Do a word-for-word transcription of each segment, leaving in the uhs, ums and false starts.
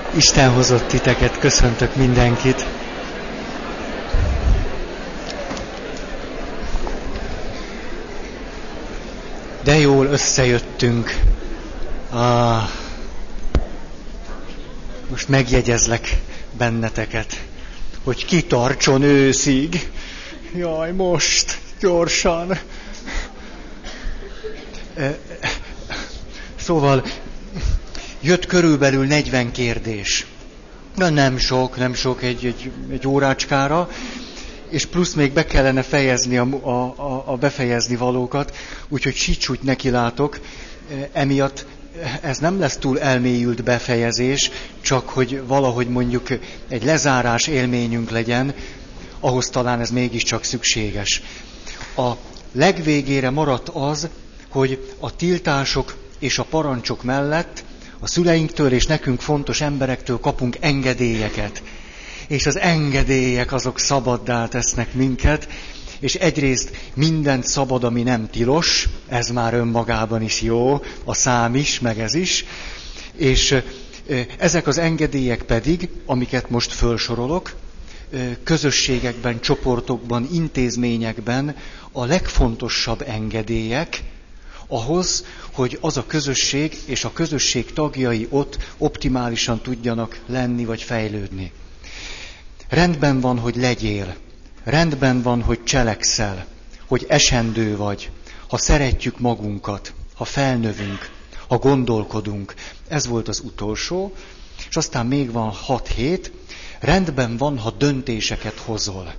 Isten hozott titeket, köszöntök mindenkit. De jól összejöttünk. Ah, most megjegyezlek benneteket, hogy kitartson őszig. Jaj, most, gyorsan. Szóval jött körülbelül negyven kérdés. Na, nem sok, nem sok egy, egy, egy órácskára, és plusz még be kellene fejezni a, a, a befejezni valókat, úgyhogy sicsúgy nekilátok. Emiatt ez nem lesz túl elmélyült befejezés, csak hogy valahogy mondjuk egy lezárás élményünk legyen, ahhoz talán ez mégiscsak szükséges. A legvégére maradt az, hogy a tiltások és a parancsok mellett a szüleinktől és nekünk fontos emberektől kapunk engedélyeket. És az engedélyek azok szabaddá tesznek minket, és egyrészt mindent szabad, ami nem tilos, ez már önmagában is jó, a szám is, meg ez is. És ezek az engedélyek pedig, amiket most felsorolok, közösségekben, csoportokban, intézményekben a legfontosabb engedélyek ahhoz, hogy az a közösség és a közösség tagjai ott optimálisan tudjanak lenni vagy fejlődni. Rendben van, hogy legyél. Rendben van, hogy cselekszel, hogy esendő vagy, ha szeretjük magunkat, ha felnövünk, ha gondolkodunk. Ez volt az utolsó, és aztán még van hat hét. Rendben van, ha döntéseket hozol.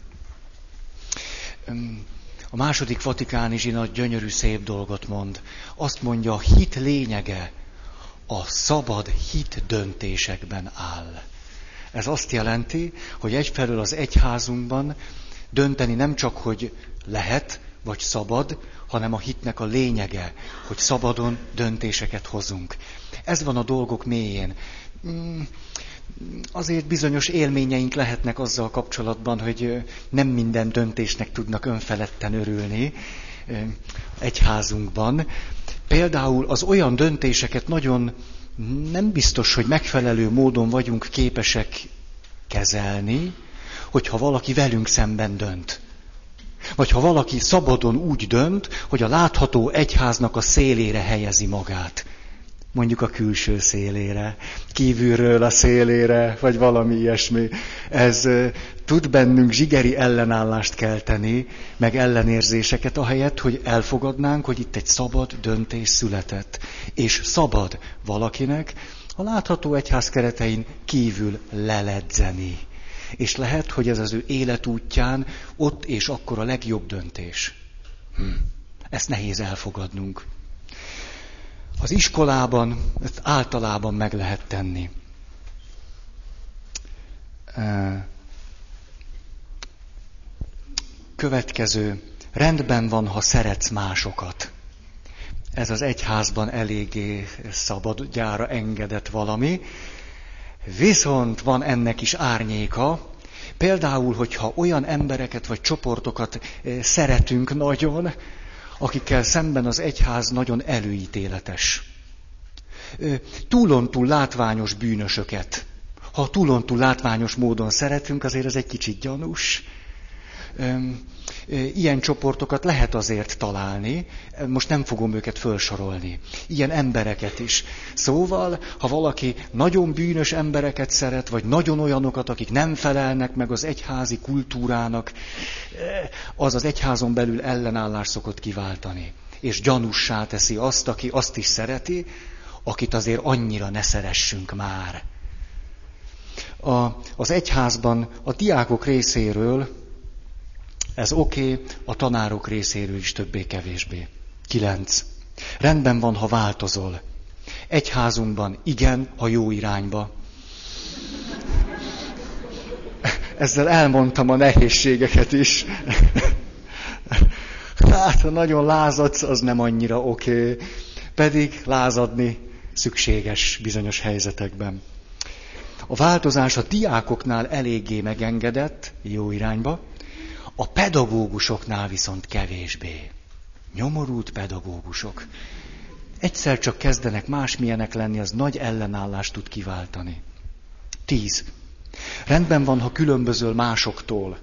A második vatikáni zsinat gyönyörű szép dolgot mond. Azt mondja, a hit lényege a szabad hit döntésekben áll. Ez azt jelenti, hogy egyfelől az egyházunkban dönteni nem csak, hogy lehet, vagy szabad, hanem a hitnek a lényege, hogy szabadon döntéseket hozunk. Ez van a dolgok mélyén. Azért bizonyos élményeink lehetnek azzal kapcsolatban, hogy nem minden döntésnek tudnak önfeledten örülni egyházunkban. Például az olyan döntéseket nagyon nem biztos, hogy megfelelő módon vagyunk képesek kezelni, hogyha valaki velünk szemben dönt. Vagy ha valaki szabadon úgy dönt, hogy a látható egyháznak a szélére helyezi magát. Mondjuk a külső szélére, kívülről a szélére, vagy valami ilyesmi. Ez tud bennünk zsigeri ellenállást kelteni, meg ellenérzéseket, ahelyett, hogy elfogadnánk, hogy itt egy szabad döntés született. És szabad valakinek a látható egyház keretein kívül leledzeni. És lehet, hogy ez az ő életútján ott és akkor a legjobb döntés. Hm. Ezt nehéz elfogadnunk. Az iskolában ezt általában meg lehet tenni. Következő. Rendben van, ha szeretsz másokat. Ez az egyházban eléggé szabad gyára engedett valami. Viszont van ennek is árnyéka. Például, hogyha olyan embereket vagy csoportokat szeretünk nagyon, akikkel szemben az egyház nagyon előítéletes. Túlontúl látványos bűnösöket. Ha túlontúl látványos módon szeretünk, azért ez egy kicsit gyanús. Ilyen csoportokat lehet azért találni, most nem fogom őket felsorolni. Ilyen embereket is. Szóval, ha valaki nagyon bűnös embereket szeret, vagy nagyon olyanokat, akik nem felelnek meg az egyházi kultúrának, az az egyházon belül ellenállás szokott kiváltani. És gyanússá teszi azt, aki azt is szereti, akit azért annyira ne szeressünk már. A, az egyházban a diákok részéről ez oké, okay, a tanárok részéről is többé-kevésbé. Kilenc. Rendben van, ha változol. Egyházunkban igen, ha jó irányba. Ezzel elmondtam a nehézségeket is. Hát, ha nagyon lázadsz, az nem annyira oké. Okay. Pedig lázadni szükséges bizonyos helyzetekben. A változás a diákoknál eléggé megengedett, jó irányba, a pedagógusoknál viszont kevésbé. Nyomorult pedagógusok. Egyszer csak kezdenek másmilyenek lenni, az nagy ellenállást tud kiváltani. Tíz. Rendben van, ha különbözöl másoktól.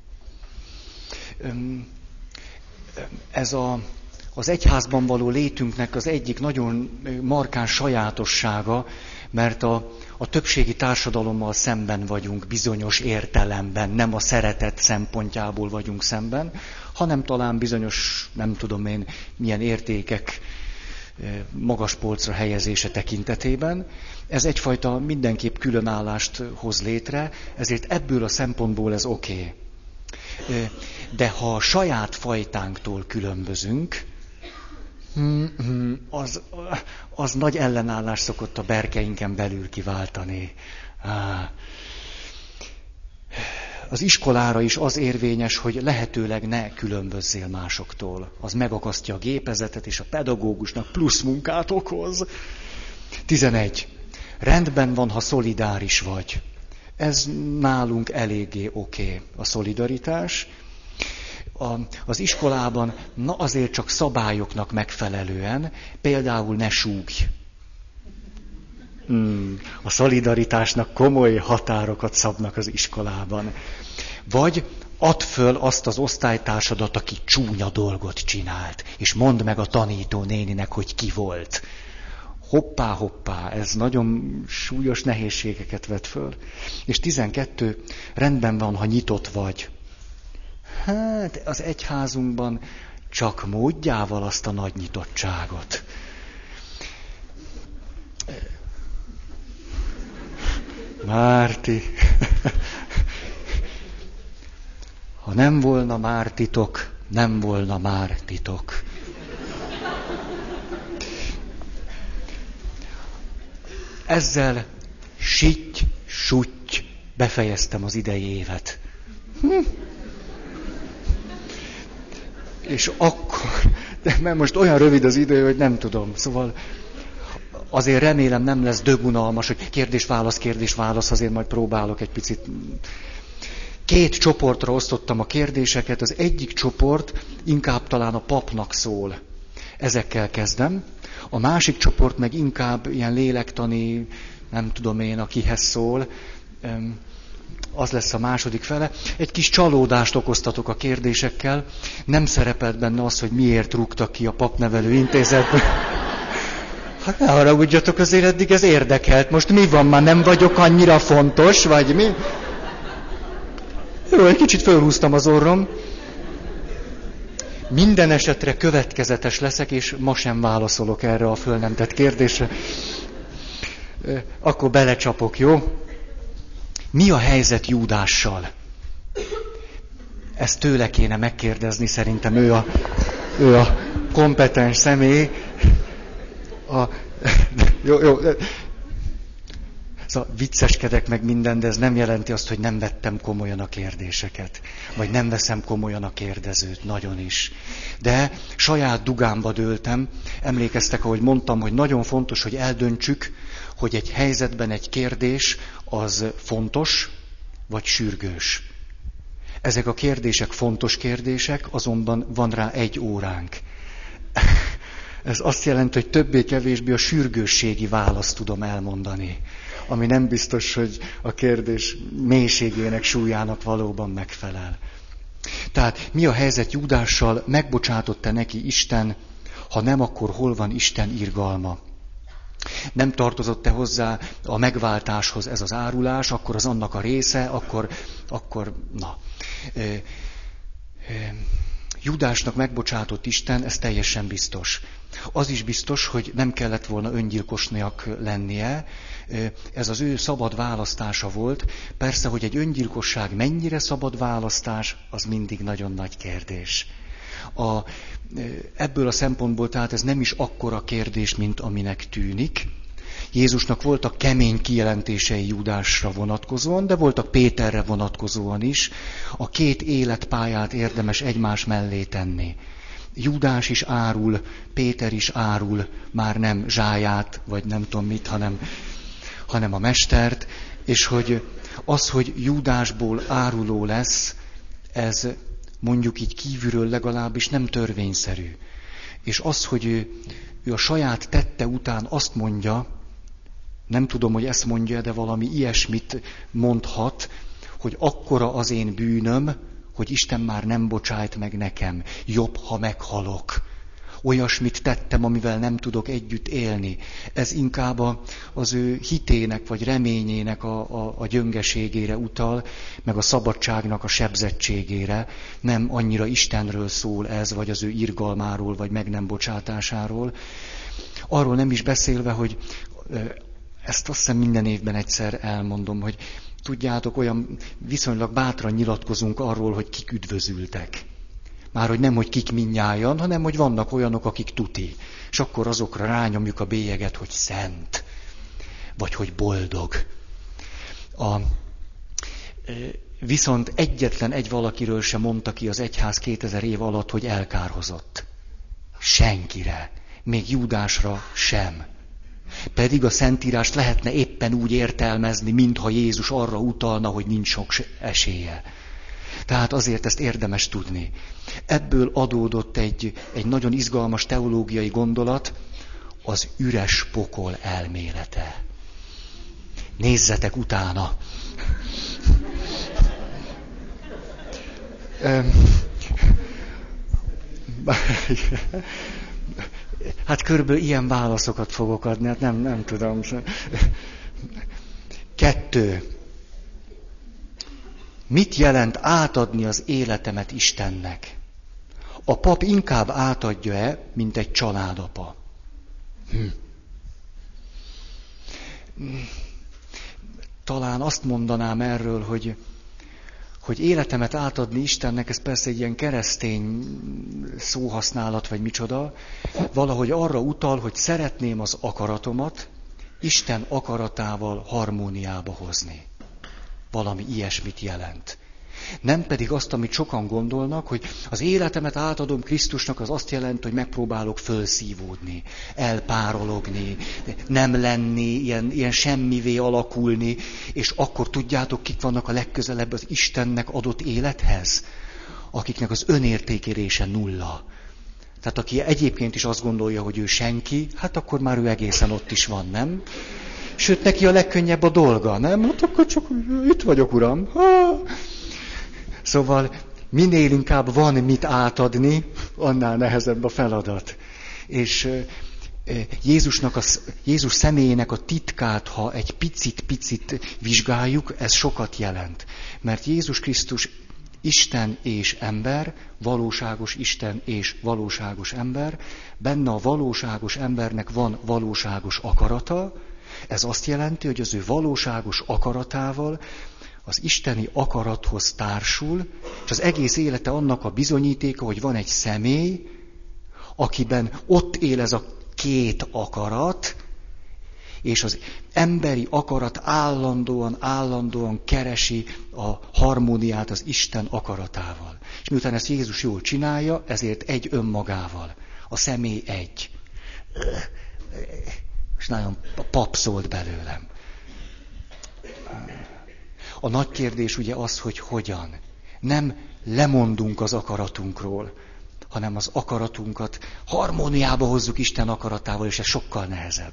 Ez a, az egyházban való létünknek az egyik nagyon markáns sajátossága, mert a, a többségi társadalommal szemben vagyunk bizonyos értelemben, nem a szeretet szempontjából vagyunk szemben, hanem talán bizonyos, nem tudom én, milyen értékek magas polcra helyezése tekintetében. Ez egyfajta mindenképp különállást hoz létre, ezért ebből a szempontból ez oké. Okay. De ha a saját fajtánktól különbözünk, az, az nagy ellenállás szokott a berkeinken belül kiváltani. Az iskolára is az érvényes, hogy lehetőleg ne különbözzél másoktól. Az megakasztja a gépezetet, és a pedagógusnak plusz munkát okoz. Tizenegy. Rendben van, ha szolidáris vagy. Ez nálunk eléggé oké, okay, a szolidaritás. A, az iskolában na azért csak szabályoknak megfelelően, például ne súgj. Hmm, a szolidaritásnak komoly határokat szabnak az iskolában. Vagy add föl azt az osztálytársadat, aki csúnya dolgot csinált, és mondd meg a tanító néninek, hogy ki volt. Hoppá, hoppá, ez nagyon súlyos nehézségeket vet föl. És tizenkettő, rendben van, ha nyitott vagy. Hát az egyházunkban csak módjával azt a nagy nyitottságot. Márti. Ha nem volna már titok, nem volna már titok. Ezzel sitty, sutty, befejeztem az idei évet. Hm. És akkor, de mert most olyan rövid az idő, hogy nem tudom. Szóval azért remélem nem lesz dögunalmas, hogy kérdés-válasz, kérdés-válasz, azért majd próbálok egy picit. Két csoportra osztottam a kérdéseket, az egyik csoport inkább talán a papnak szól. Ezekkel kezdem. A másik csoport meg inkább ilyen lélektani, nem tudom én, akihez szól. Az lesz a második fele. Egy kis csalódást okoztatok a kérdésekkel. Nem szerepelt benne az, hogy miért rúgtak ki a papnevelő intézetből. Hát ne haragudjatok, azért eddig ez érdekelt. Most mi van, már nem vagyok annyira fontos, vagy mi? Jó, egy kicsit fölhúztam az orrom. Minden esetre következetes leszek, és ma sem válaszolok erre a föl nem tett kérdésre. Akkor belecsapok, jó? Mi a helyzet Júdással? Ezt tőle kéne megkérdezni, szerintem ő a, ő a kompetens személy. A, jó, jó. Szóval vicceskedek meg minden, de ez nem jelenti azt, hogy nem vettem komolyan a kérdéseket. Vagy nem veszem komolyan a kérdezőt, nagyon is. De saját dugámba dőltem. Emlékeztek, ahogy mondtam, hogy nagyon fontos, hogy eldöntsük, hogy egy helyzetben egy kérdés az fontos, vagy sürgős. Ezek a kérdések fontos kérdések, azonban van rá egy óránk. Ez azt jelenti, hogy többé-kevésbé a sürgősségi választ tudom elmondani, ami nem biztos, hogy a kérdés mélységének, súlyának valóban megfelel. Tehát mi a helyzet Júdással? Megbocsátott-e neki Isten? Ha nem, akkor hol van Isten irgalma? Nem tartozott-e hozzá a megváltáshoz ez az árulás, akkor az annak a része, akkor, akkor na. Ö, ö, Júdásnak megbocsátott Isten, ez teljesen biztos. Az is biztos, hogy nem kellett volna öngyilkosnak lennie, ez az ő szabad választása volt. Persze, hogy egy öngyilkosság mennyire szabad választás, az mindig nagyon nagy kérdés. A, ebből a szempontból tehát ez nem is akkora kérdés, mint aminek tűnik. Jézusnak voltak kemény kijelentései Júdásra vonatkozóan, de voltak Péterre vonatkozóan is. A két életpályát érdemes egymás mellé tenni. Júdás is árul, Péter is árul, már nem zsáját, vagy nem tudom mit, hanem, hanem a mestert, és hogy az, hogy Júdásból áruló lesz, ez mondjuk így kívülről legalábbis nem törvényszerű. És az, hogy ő, ő a saját tette után azt mondja, Nem tudom, hogy ezt mondja, de valami ilyesmit mondhat, hogy akkora az én bűnöm, hogy Isten már nem bocsájt meg nekem. Jobb, ha meghalok. Olyasmit tettem, amivel nem tudok együtt élni. Ez inkább az ő hitének vagy reményének a, a, a gyöngeségére utal, meg a szabadságnak a sebzettségére. Nem annyira Istenről szól ez, vagy az ő irgalmáról, vagy meg nem bocsátásáról. Arról nem is beszélve, hogy ezt azt hiszem minden évben egyszer elmondom, hogy tudjátok, olyan viszonylag bátran nyilatkozunk arról, hogy kik üdvözültek. Már hogy nem, hogy kik mindnyájan, hanem hogy vannak olyanok, akik tuti. És akkor azokra rányomjuk a bélyeget, hogy szent, vagy hogy boldog. A, viszont egyetlen egy valakiről sem mondta ki az egyház kétezer év alatt, hogy elkárhozott. Senkire. Még Júdásra sem. Pedig a Szentírást lehetne éppen úgy értelmezni, mintha Jézus arra utalna, hogy nincs sok esélye. Tehát azért ezt érdemes tudni. Ebből adódott egy, egy nagyon izgalmas teológiai gondolat, az üres pokol elmélete. Nézzetek utána! Hát körülbelül ilyen válaszokat fogok adni, hát nem, nem tudom. Kettő. Mit jelent átadni az életemet Istennek? A pap inkább átadja-e, mint egy családapa? Hm. Talán azt mondanám erről, hogy, hogy életemet átadni Istennek, ez persze egy ilyen keresztény szóhasználat, vagy micsoda, valahogy arra utal, hogy szeretném az akaratomat Isten akaratával harmóniába hozni. Valami ilyesmit jelent. Nem pedig azt, amit sokan gondolnak, hogy az életemet átadom Krisztusnak, az azt jelenti, hogy megpróbálok fölszívódni, elpárologni, nem lenni, ilyen, ilyen semmivé alakulni, és akkor tudjátok, kik vannak a legközelebb az Istennek adott élethez, akiknek az önértékelése nulla. Tehát aki egyébként is azt gondolja, hogy ő senki, hát akkor már ő egészen ott is van, nem? Sőt, neki a legkönnyebb a dolga, nem? Hát akkor csak itt vagyok, uram. Ha. Szóval minél inkább van mit átadni, annál nehezebb a feladat. És Jézusnak a, Jézus személyének a titkát, ha egy picit-picit vizsgáljuk, ez sokat jelent. Mert Jézus Krisztus Isten és ember, valóságos Isten és valóságos ember, benne a valóságos embernek van valóságos akarata. Ez azt jelenti, hogy az ő valóságos akaratával az isteni akarathoz társul, és az egész élete annak a bizonyítéka, hogy van egy személy, akiben ott él ez a két akarat, és az emberi akarat állandóan, állandóan keresi a harmóniát az Isten akaratával. És miután ezt Jézus jól csinálja, ezért egy önmagával. A személy egy. És nagyon pap szólt belőlem. A nagy kérdés ugye az, hogy hogyan. Nem lemondunk az akaratunkról, hanem az akaratunkat harmóniába hozzuk Isten akaratával, és ez sokkal nehezebb.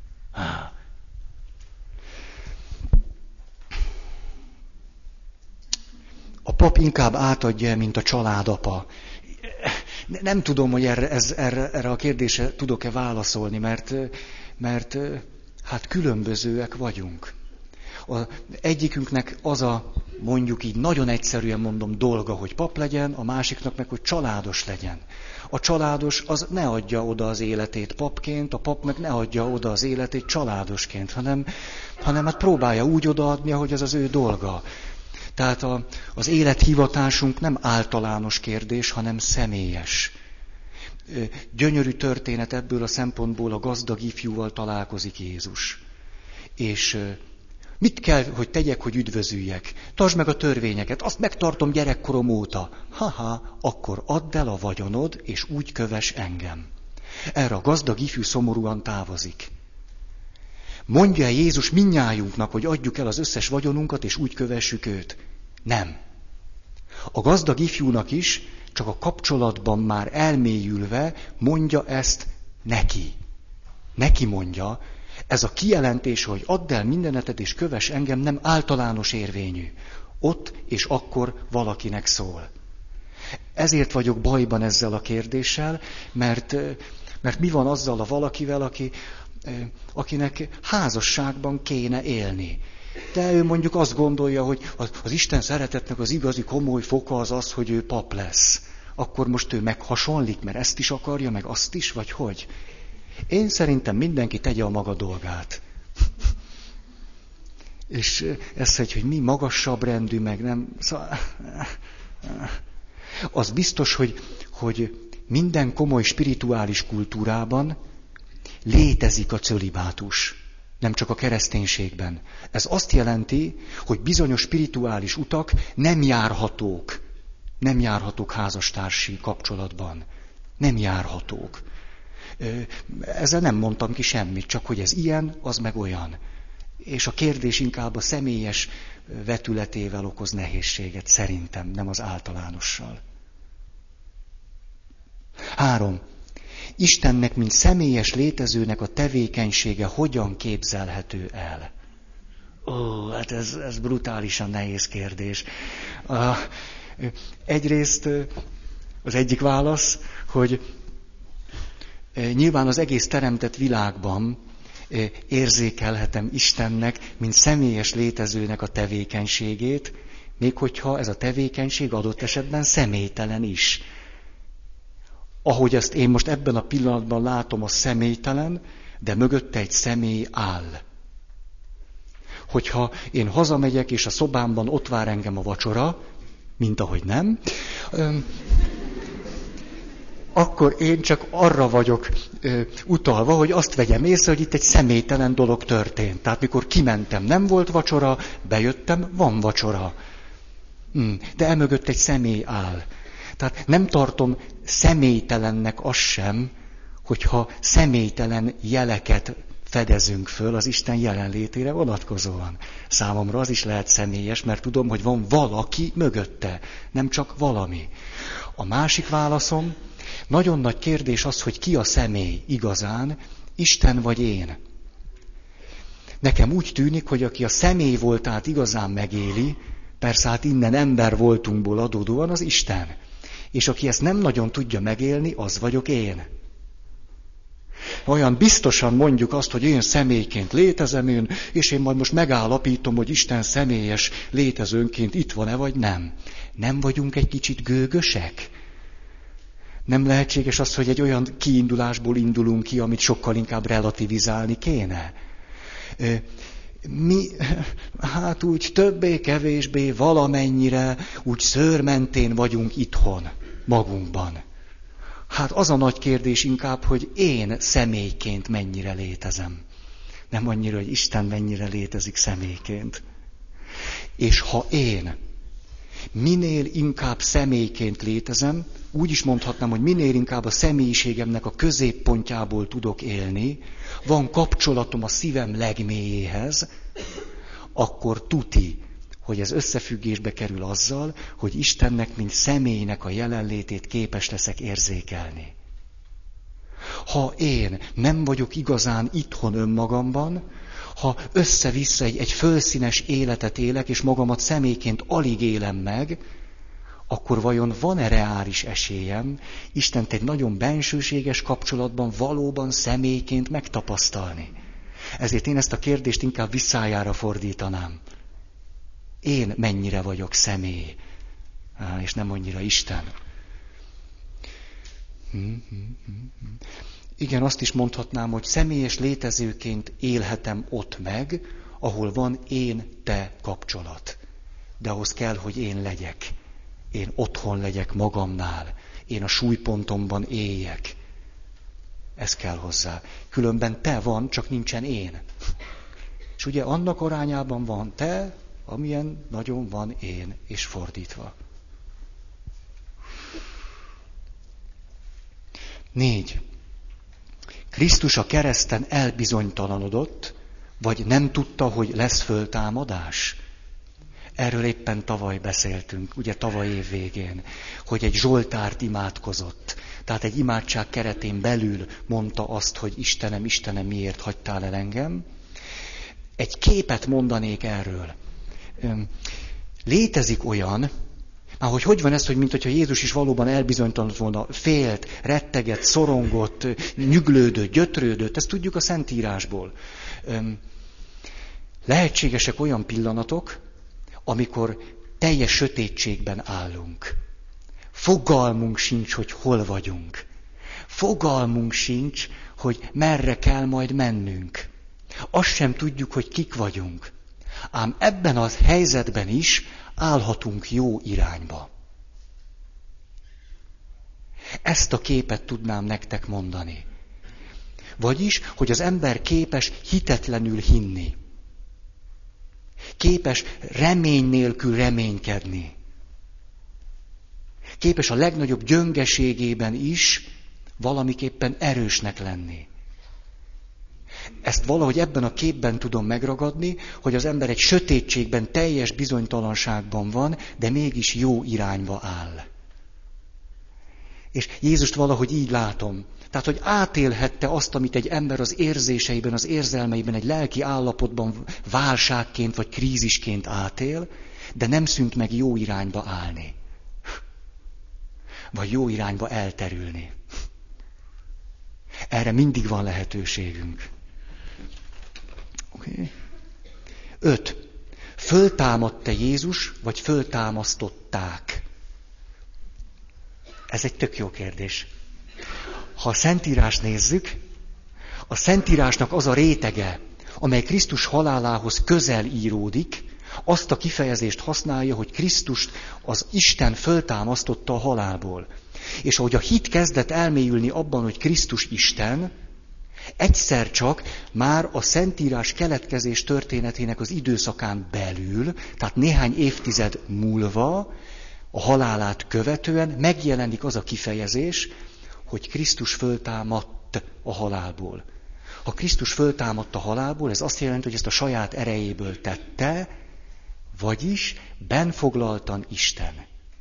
A pap inkább átadja, mint a családapa. Nem tudom, hogy erre, ez, erre, erre a kérdésre tudok-e válaszolni, mert, mert hát különbözőek vagyunk. A, egyikünknek az a, mondjuk így nagyon egyszerűen mondom, dolga, hogy pap legyen, a másiknak meg, hogy családos legyen. A családos az ne adja oda az életét papként, a pap meg ne adja oda az életét családosként, hanem, hanem hát próbálja úgy odaadni, ahogy az az ő dolga. Tehát a, az élethivatásunk nem általános kérdés, hanem személyes. Gyönyörű történet ebből a szempontból, a gazdag ifjúval találkozik Jézus. És mit kell, hogy tegyek, hogy üdvözüljek? Tartsd meg a törvényeket, azt megtartom gyerekkorom óta. Haha, akkor add el a vagyonod, és úgy kövess engem. Erre a gazdag ifjú szomorúan távozik. Mondja Jézus mindnyájunknak, hogy adjuk el az összes vagyonunkat, és úgy kövessük őt? Nem. A gazdag ifjúnak is, csak a kapcsolatban már elmélyülve mondja ezt neki. Neki mondja, Ez a kijelentés, hogy add el mindeneted és kövess engem, nem általános érvényű. Ott és akkor valakinek szól. Ezért vagyok bajban ezzel a kérdéssel, mert, mert mi van azzal a valakivel, aki, akinek házasságban kéne élni. De ő mondjuk azt gondolja, hogy az, az Isten szeretetnek az igazi komoly foka az az, hogy ő pap lesz. Akkor most ő meghasonlik, mert ezt is akarja, meg azt is, vagy hogy? Én szerintem mindenki tegye a maga dolgát. És ez, hogy, hogy mi magasabb rendű, meg nem... Az biztos, hogy, hogy minden komoly spirituális kultúrában létezik a cölibátus. Nem csak a kereszténységben. Ez azt jelenti, hogy bizonyos spirituális utak nem járhatók. Nem járhatók házastársi kapcsolatban. Nem járhatók. Ezzel nem mondtam ki semmit, csak hogy ez ilyen, az meg olyan. És a kérdés inkább a személyes vetületével okoz nehézséget, szerintem, nem az általánossal. Három. Istennek, mint személyes létezőnek a tevékenysége hogyan képzelhető el? Ó, hát ez, ez brutálisan nehéz kérdés. Uh, egyrészt az egyik válasz, hogy nyilván az egész teremtett világban érzékelhetem Istennek, mint személyes létezőnek a tevékenységét, még hogyha ez a tevékenység adott esetben személytelen is. Ahogy ezt én most ebben a pillanatban látom, a személytelen, de mögötte egy személy áll. Hogyha én hazamegyek, és a szobámban ott vár engem a vacsora, mint ahogy nem, akkor én csak arra vagyok ö, utalva, hogy azt vegyem észre, hogy itt egy személytelen dolog történt. Tehát mikor kimentem, nem volt vacsora, bejöttem, van vacsora. Hm, de emögött egy személy áll. Tehát nem tartom személytelennek az sem, hogyha személytelen jeleket fedezünk föl az Isten jelenlétére vonatkozóan. Számomra az is lehet személyes, mert tudom, hogy van valaki mögötte, nem csak valami. A másik válaszom, nagyon nagy kérdés az, hogy ki a személy igazán, Isten vagy én. Nekem úgy tűnik, hogy aki a személy voltát igazán megéli, persze hát innen ember voltunkból adódóan az Isten. És aki ezt nem nagyon tudja megélni, az vagyok én. Olyan biztosan mondjuk azt, hogy én személyként létezem én, és én majd most megállapítom, hogy Isten személyes létezőnként itt van-e, vagy nem. Nem vagyunk egy kicsit gőgösek? Nem lehetséges az, hogy egy olyan kiindulásból indulunk ki, amit sokkal inkább relativizálni kéne? Mi, hát úgy többé-kevésbé valamennyire, úgy szőrmentén vagyunk itthon, magunkban. Hát az a nagy kérdés inkább, hogy én személyként mennyire létezem. Nem annyira, hogy Isten mennyire létezik személyként. És ha én minél inkább személyként létezem, úgy is mondhatnám, hogy minél inkább a személyiségemnek a középpontjából tudok élni, van kapcsolatom a szívem legmélyéhez, akkor tuti, hogy ez összefüggésbe kerül azzal, hogy Istennek, mint személynek a jelenlétét képes leszek érzékelni. Ha én nem vagyok igazán itthon önmagamban, ha össze-vissza egy, egy fölszínes életet élek, és magamat személyként alig élem meg, akkor vajon van-e reális esélyem Istent egy nagyon bensőséges kapcsolatban valóban személyként megtapasztalni? Ezért én ezt a kérdést inkább visszájára fordítanám. Én mennyire vagyok személy, és nem annyira Isten. Igen, azt is mondhatnám, hogy személyes létezőként élhetem ott meg, ahol van én-te kapcsolat. De ahhoz kell, hogy én legyek. Én otthon legyek magamnál. Én a súlypontomban éljek. Ez kell hozzá. Különben te van, csak nincsen én. És ugye annak arányában van te, amilyen nagyon van én, és fordítva. Négy. Krisztus a kereszten elbizonytalanodott, vagy nem tudta, hogy lesz föltámadás? Erről éppen tavaly beszéltünk, ugye tavaly év végén, hogy egy zsoltárt imádkozott. Tehát egy imádság keretén belül mondta azt, hogy Istenem, Istenem, miért hagytál el engem. Egy képet mondanék erről. Létezik olyan, már hogy hogy van ez, hogy mint hogyha Jézus is valóban elbizonytalanodott volna, félt, rettegett, szorongott, nyüglődött, gyötrődött, ezt tudjuk a Szentírásból. Lehetségesek olyan pillanatok, amikor teljes sötétségben állunk. Fogalmunk sincs, hogy hol vagyunk. Fogalmunk sincs, hogy merre kell majd mennünk. Azt sem tudjuk, hogy kik vagyunk. Ám ebben a helyzetben is állhatunk jó irányba. Ezt a képet tudnám nektek mondani. Vagyis, hogy az ember képes hitetlenül hinni. Képes remény nélkül reménykedni. Képes a legnagyobb gyöngeségében is valamiképpen erősnek lenni. Ezt valahogy ebben a képben tudom megragadni, hogy az ember egy sötétségben, teljes bizonytalanságban van, de mégis jó irányba áll. És Jézust valahogy így látom. Tehát, hogy átélhette azt, amit egy ember az érzéseiben, az érzelmeiben, egy lelki állapotban válságként vagy krízisként átél, de nem szűnt meg jó irányba állni. Vagy jó irányba elterülni. Erre mindig van lehetőségünk. Okay. Öt. Föltámadta Jézus, vagy föltámasztották? Ez egy tök jó kérdés. Ha a Szentírást nézzük, a Szentírásnak az a rétege, amely Krisztus halálához közel íródik, azt a kifejezést használja, hogy Krisztust az Isten föltámasztotta a halálból. És ahogy a hit kezdett elmélyülni abban, hogy Krisztus Isten, egyszer csak már a Szentírás keletkezés történetének az időszakán belül, tehát néhány évtized múlva, a halálát követően megjelenik az a kifejezés, hogy Krisztus föltámadt a halálból. Ha Krisztus föltámadt a halálból, ez azt jelenti, hogy ezt a saját erejéből tette, vagyis benfoglaltan Isten.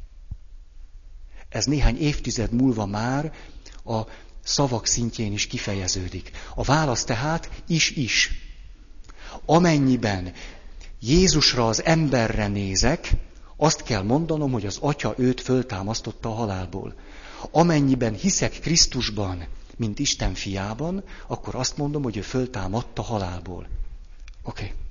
Ez néhány évtized múlva már a szavak szintjén is kifejeződik. A válasz tehát is-is. Amennyiben Jézusra, az emberre nézek, azt kell mondanom, hogy az Atya őt föltámasztotta a halálból. Amennyiben hiszek Krisztusban, mint Isten fiában, akkor azt mondom, hogy ő föltámadta a halálból. Oké. Okay.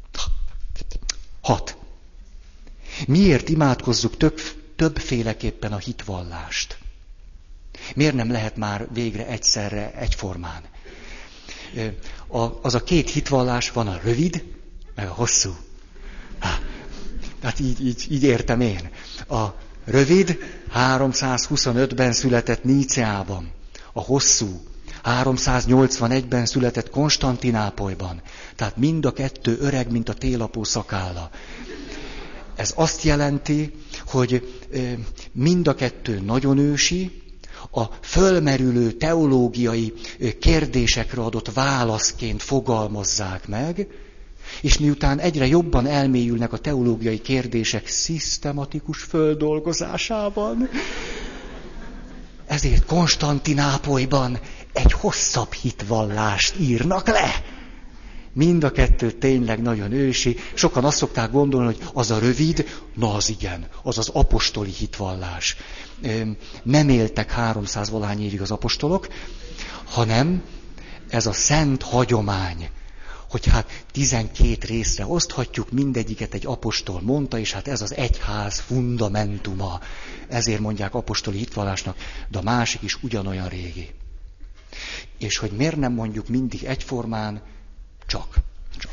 Hat. Miért imádkozzuk több, többféleképpen a hitvallást? Miért nem lehet már végre egyszerre, egyformán? A, az a két hitvallás van, a rövid, meg a hosszú. Há, tehát így, így, így értem én. A rövid háromszázhuszonötben született Níceában. A hosszú háromszáznyolcvanegyben született Konstantinápolyban. Tehát mind a kettő öreg, mint a télapó szakálla. Ez azt jelenti, hogy mind a kettő nagyon ősi, a fölmerülő teológiai kérdésekre adott válaszként fogalmazzák meg, és miután egyre jobban elmélyülnek a teológiai kérdések szisztematikus földolgozásában, ezért Konstantinápolyban egy hosszabb hitvallást írnak le. Mind a kettő tényleg nagyon ősi. Sokan azt szokták gondolni, hogy az a rövid, na az igen, az az apostoli hitvallás. Nem éltek háromszáz valahány évig az apostolok, hanem ez a szent hagyomány, hogy hát tizenkét részre oszthatjuk, mindegyiket egy apostol mondta, és hát ez az egyház fundamentuma. Ezért mondják apostoli hitvallásnak, de a másik is ugyanolyan régi. És hogy miért nem mondjuk mindig egyformán, csak. csak.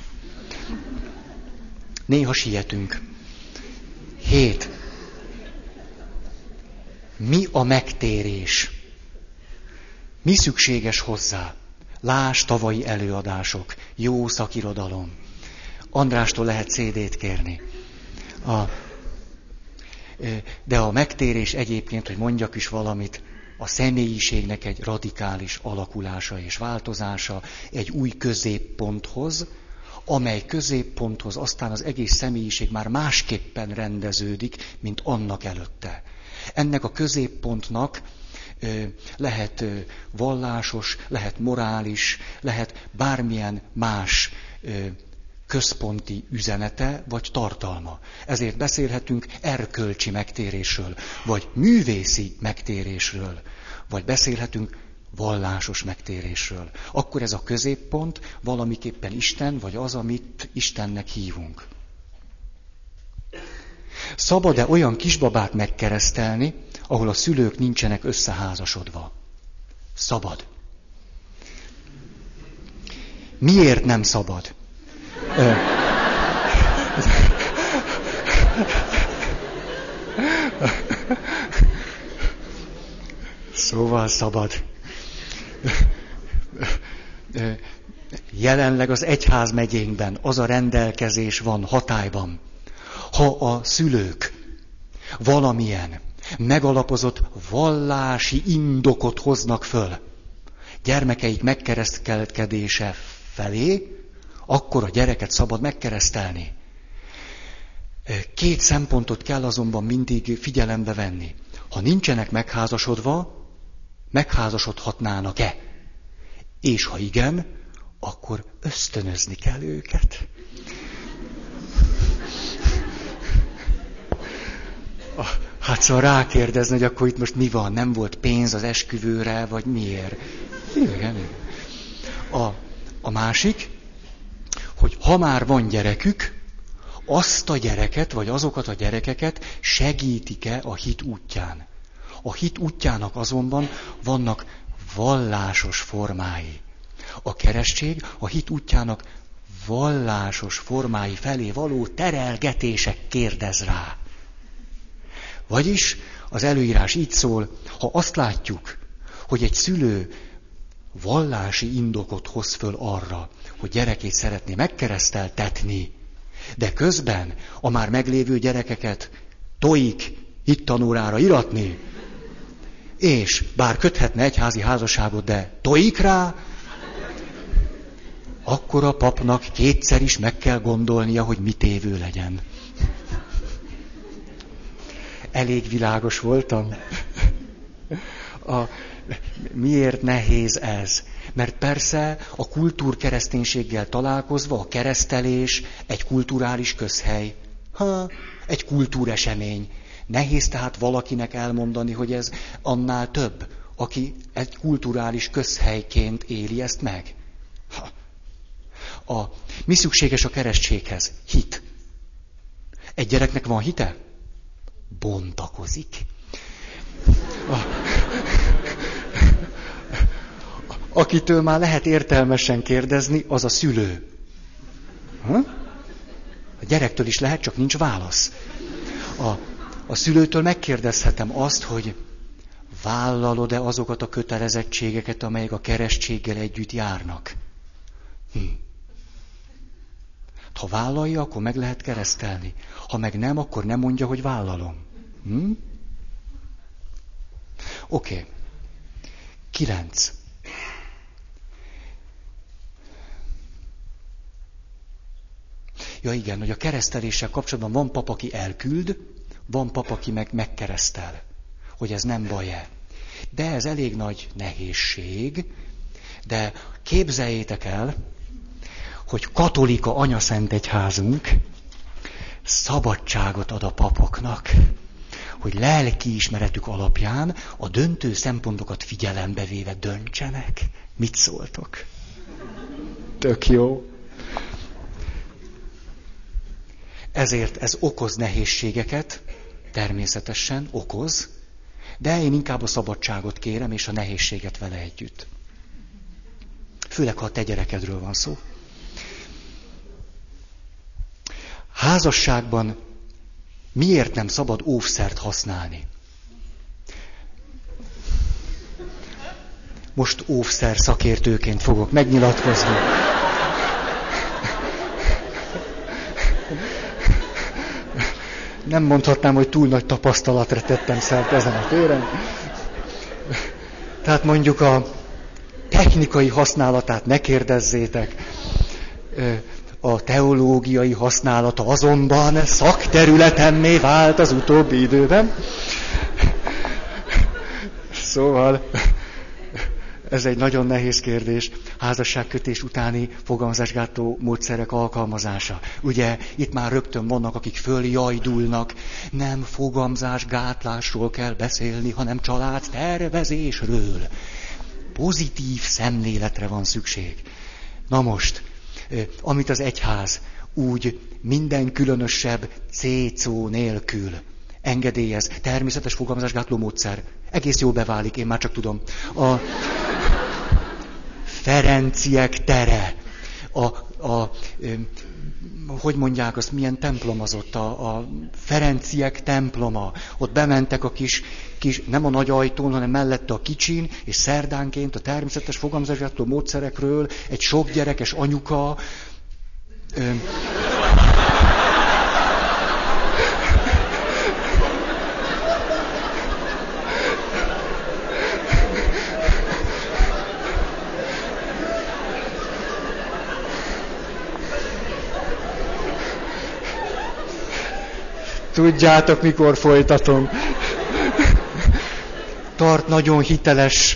Néha sietünk. Hét. Mi a megtérés? Mi szükséges hozzá? Lásd tavalyi előadások, jó szakirodalom. Andrástól lehet cé dét kérni. A, de a megtérés egyébként, hogy mondjak is valamit, a személyiségnek egy radikális alakulása és változása egy új középponthoz, amely középponthoz aztán az egész személyiség már másképpen rendeződik, mint annak előtte. Ennek a középpontnak lehet vallásos, lehet morális, lehet bármilyen más központi üzenete vagy tartalma. Ezért beszélhetünk erkölcsi megtérésről, vagy művészi megtérésről, vagy beszélhetünk vallásos megtérésről. Akkor ez a középpont valamiképpen Isten, vagy az, amit Istennek hívunk. Szabad-e olyan kisbabát megkeresztelni, ahol a szülők nincsenek összeházasodva? Szabad. Miért nem szabad? Ö... Szóval szabad. Jelenleg az egyházmegyénkben az a rendelkezés van hatályban. Ha a szülők valamilyen megalapozott vallási indokot hoznak föl gyermekeik megkeresztelkedése felé, akkor a gyereket szabad megkeresztelni. Két szempontot kell azonban mindig figyelembe venni. Ha nincsenek megházasodva, megházasodhatnának-e? És ha igen, akkor ösztönözni kell őket. Hát szóval rákérdezni, hogy akkor itt most mi van, nem volt pénz az esküvőre, vagy miért? Igen. A, a másik, hogy ha már van gyerekük, azt a gyereket, vagy azokat a gyerekeket segítik-e a hit útján. A hit útjának azonban vannak vallásos formái. A keresztség a hit útjának vallásos formái felé való terelgetések kérdez rá. Vagyis az előírás így szól, ha azt látjuk, hogy egy szülő vallási indokot hoz föl arra, hogy gyerekét szeretné megkereszteltetni, de közben a már meglévő gyerekeket tojik hittanórára iratni, és bár köthetne egyházi házasságot, de tojik rá, akkor a papnak kétszer is meg kell gondolnia, hogy mit évő legyen. Elég világos voltam? A, miért nehéz ez? Mert persze a kultúrkereszténységgel találkozva a keresztelés egy kulturális közhely. Ha, egy kultúresemény. Nehéz tehát valakinek elmondani, hogy ez annál több, aki egy kulturális közhelyként éli ezt meg. Ha. A, mi szükséges a keresztséghez? Hit. Egy gyereknek van hite? Bontakozik. A, akitől már lehet értelmesen kérdezni, az a szülő. Ha? A gyerektől is lehet, csak nincs válasz. A, a szülőtől megkérdezhetem azt, hogy vállalod-e azokat a kötelezettségeket, amelyek a keresztséggel együtt járnak? Hm. Ha vállalja, akkor meg lehet keresztelni. Ha meg nem, akkor nem mondja, hogy vállalom. Hm? Oké. Okay. Kilenc. Ja igen, hogy a kereszteléssel kapcsolatban van pap, aki elküld, van pap, aki meg megkeresztel. Hogy ez nem baj-e. De ez elég nagy nehézség, de képzeljétek el, hogy katolika anyaszent egyházunk szabadságot ad a papoknak, hogy lelkiismeretük alapján a döntő szempontokat figyelembe véve döntsenek. Mit szóltok? Tök jó. Ezért ez okoz nehézségeket, természetesen okoz, de én inkább a szabadságot kérem, és a nehézséget vele együtt. Főleg, ha a te gyerekedről van szó. Házasságban miért nem szabad óvszert használni? Most óvszer szakértőként fogok megnyilatkozni. Nem mondhatnám, hogy túl nagy tapasztalatra tettem szert ezen a téren. Tehát mondjuk a technikai használatát ne kérdezzétek. a teológiai használata azonban szakterületemmé vált az utóbbi időben. Szóval ez egy nagyon nehéz kérdés. Házasságkötés utáni fogamzásgátló módszerek alkalmazása. Ugye itt már rögtön vannak, akik följajdulnak. Nem fogamzásgátlásról kell beszélni, hanem családtervezésről. Pozitív szemléletre van szükség. Na most, amit az egyház úgy minden különösebb cécó nélkül engedélyez, természetes fogamzásgátló módszer. Egész jól beválik, én már csak tudom. A Ferenciek tere. A, a, hogy mondják azt, milyen templom az ott? A, a Ferenciek temploma. Ott bementek a kis, kis, nem a nagy ajtón, hanem mellette a kicsin, és szerdánként a természetes fogamzásgátló módszerekről egy sok gyerekes anyuka... Ö, Tudjátok, mikor folytatom. Tart nagyon hiteles.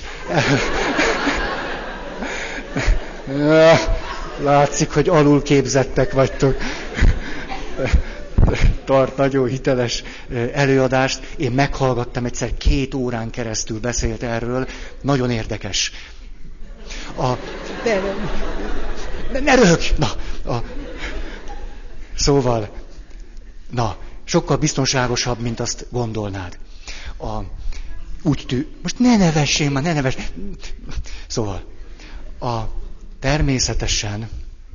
Látszik, hogy alulképzettek vagytok. Tart nagyon hiteles előadást. Én meghallgattam egyszer, két órán keresztül beszélt erről. Nagyon érdekes. A... Ne, ne, ne röhögj! Na, a... Szóval, na, sokkal biztonságosabb, mint azt gondolnád. A, úgy tű... Most ne nevessél már, ne nevess... Szóval, a, természetesen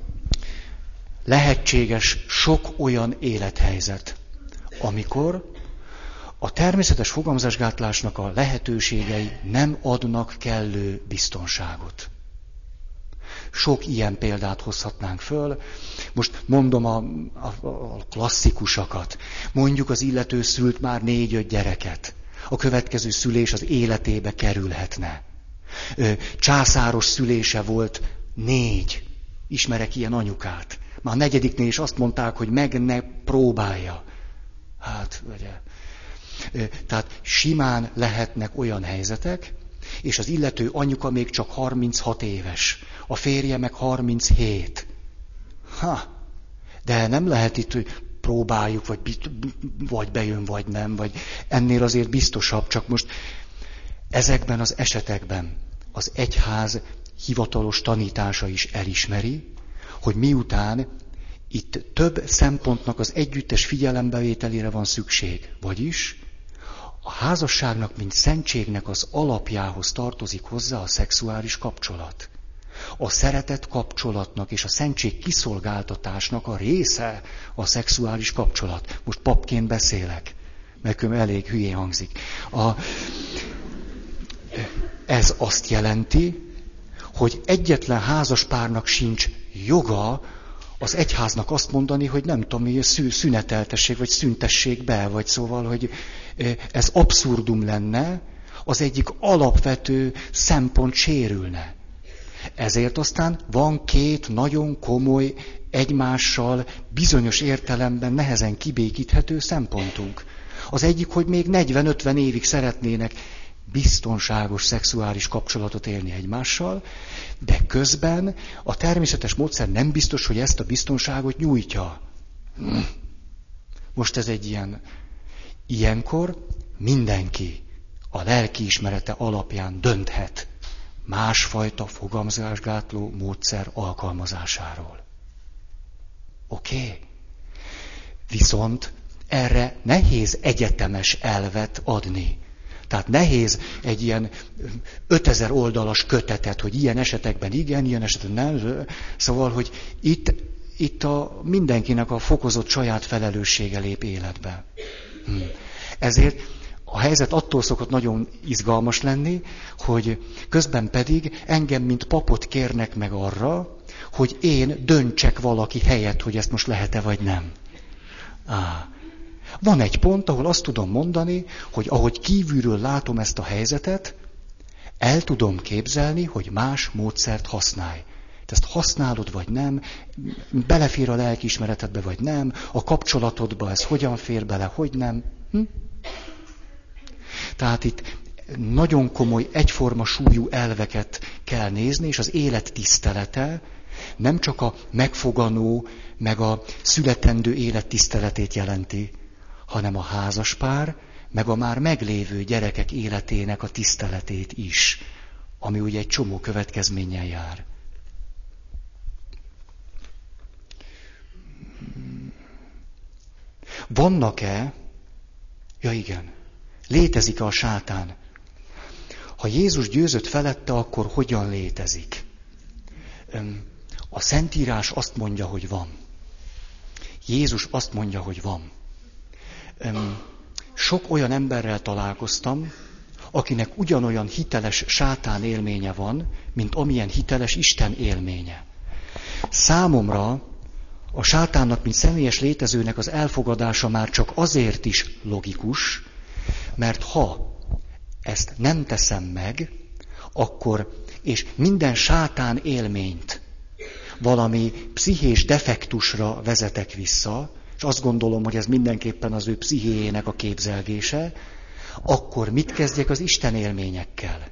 lehetséges sok olyan élethelyzet, amikor a természetes fogamzásgátlásnak a lehetőségei nem adnak kellő biztonságot. Sok ilyen példát hozhatnánk föl. Most mondom a, a, a klasszikusakat. Mondjuk az illető szült már négy-öt gyereket. A következő szülés az életébe kerülhetne. Császáros szülése volt négy. Ismerek ilyen anyukát. Már a negyediknél is azt mondták, hogy meg ne próbálja. Hát, ugye. Tehát simán lehetnek olyan helyzetek, és az illető anyuka még csak harminchat éves. A férje meg harminchét. Ha, de nem lehet itt, hogy próbáljuk, vagy, vagy bejön, vagy nem, vagy ennél azért biztosabb, csak most ezekben az esetekben az egyház hivatalos tanítása is elismeri, hogy miután itt több szempontnak az együttes figyelembevételére van szükség, vagyis a házasságnak, mint szentségnek az alapjához tartozik hozzá a szexuális kapcsolat. A szeretet kapcsolatnak és a szentség kiszolgáltatásnak a része a szexuális kapcsolat. Most papként beszélek, mert elég hülyén hangzik. A, ez azt jelenti, hogy egyetlen házaspárnak sincs joga az egyháznak azt mondani, hogy nem tudom, hogy szüneteltessék, vagy szüntessék be, vagy szóval, hogy ez abszurdum lenne, az egyik alapvető szempont sérülne. Ezért aztán van két nagyon komoly, egymással bizonyos értelemben nehezen kibékíthető szempontunk. Az egyik, hogy még negyven-ötven évig szeretnének biztonságos szexuális kapcsolatot élni egymással, de közben a természetes módszer nem biztos, hogy ezt a biztonságot nyújtja. Most ez egy ilyen... Ilyenkor mindenki a lelkiismerete alapján dönthet másfajta fogamzásgátló módszer alkalmazásáról. Oké? Okay? Viszont erre nehéz egyetemes elvet adni. Tehát nehéz egy ilyen ötezer oldalas kötetet, hogy ilyen esetekben igen, ilyen esetekben nem. Szóval, hogy itt, itt a mindenkinek a fokozott saját felelőssége lép életbe. Hmm. Ezért a helyzet attól szokott nagyon izgalmas lenni, hogy közben pedig engem, mint papot kérnek meg arra, hogy én döntsek valaki helyett, hogy ezt most lehet-e vagy nem. Á. Van egy pont, ahol azt tudom mondani, hogy ahogy kívülről látom ezt a helyzetet, el tudom képzelni, hogy más módszert használj. Te ezt használod, vagy nem, belefér a lelkiismeretedbe, vagy nem, a kapcsolatodba ez hogyan fér bele, hogy nem. Hm? Tehát itt nagyon komoly, egyforma súlyú elveket kell nézni, és az élet tisztelete nem csak a megfoganó, meg a születendő élet tiszteletét jelenti, hanem a házaspár, meg a már meglévő gyerekek életének a tiszteletét is, ami ugye egy csomó következménnyel jár. Vannak-e, ja igen, létezik-e a sátán? Ha Jézus győzött felette, akkor hogyan létezik? A Szentírás azt mondja, hogy van. Jézus azt mondja, hogy van. Sok olyan emberrel találkoztam, akinek ugyanolyan hiteles sátán élménye van, mint amilyen hiteles Isten élménye. Számomra a sátánnak, mint személyes létezőnek az elfogadása már csak azért is logikus, mert ha ezt nem teszem meg, akkor, és minden sátán élményt valami pszichés defektusra vezetek vissza, és azt gondolom, hogy ez mindenképpen az ő pszichéjének a képzelgése, akkor mit kezdjek az Isten élményekkel?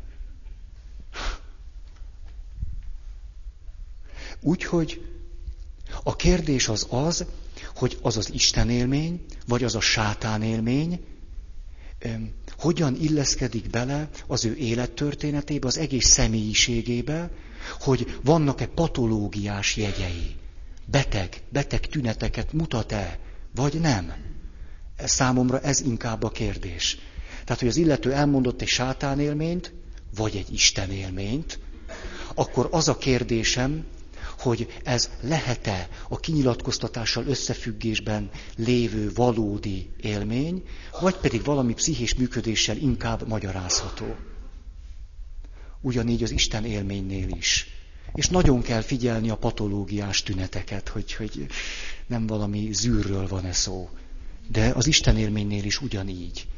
Úgyhogy a kérdés az az, hogy az az Isten élmény, vagy az a sátán élmény, hogyan illeszkedik bele az ő élettörténetébe, az egész személyiségébe, hogy vannak-e patológiás jegyei, beteg, beteg tüneteket mutat-e, vagy nem. Számomra ez inkább a kérdés. Tehát, hogy az illető elmondott egy sátán élményt, vagy egy Isten élményt, akkor az a kérdésem, hogy ez lehet-e a kinyilatkoztatással összefüggésben lévő valódi élmény, vagy pedig valami pszichés működéssel inkább magyarázható. Ugyanígy az Isten élménynél is. És nagyon kell figyelni a patológiás tüneteket, hogy, hogy nem valami zűrről van-e szó. De az Isten élménynél is ugyanígy.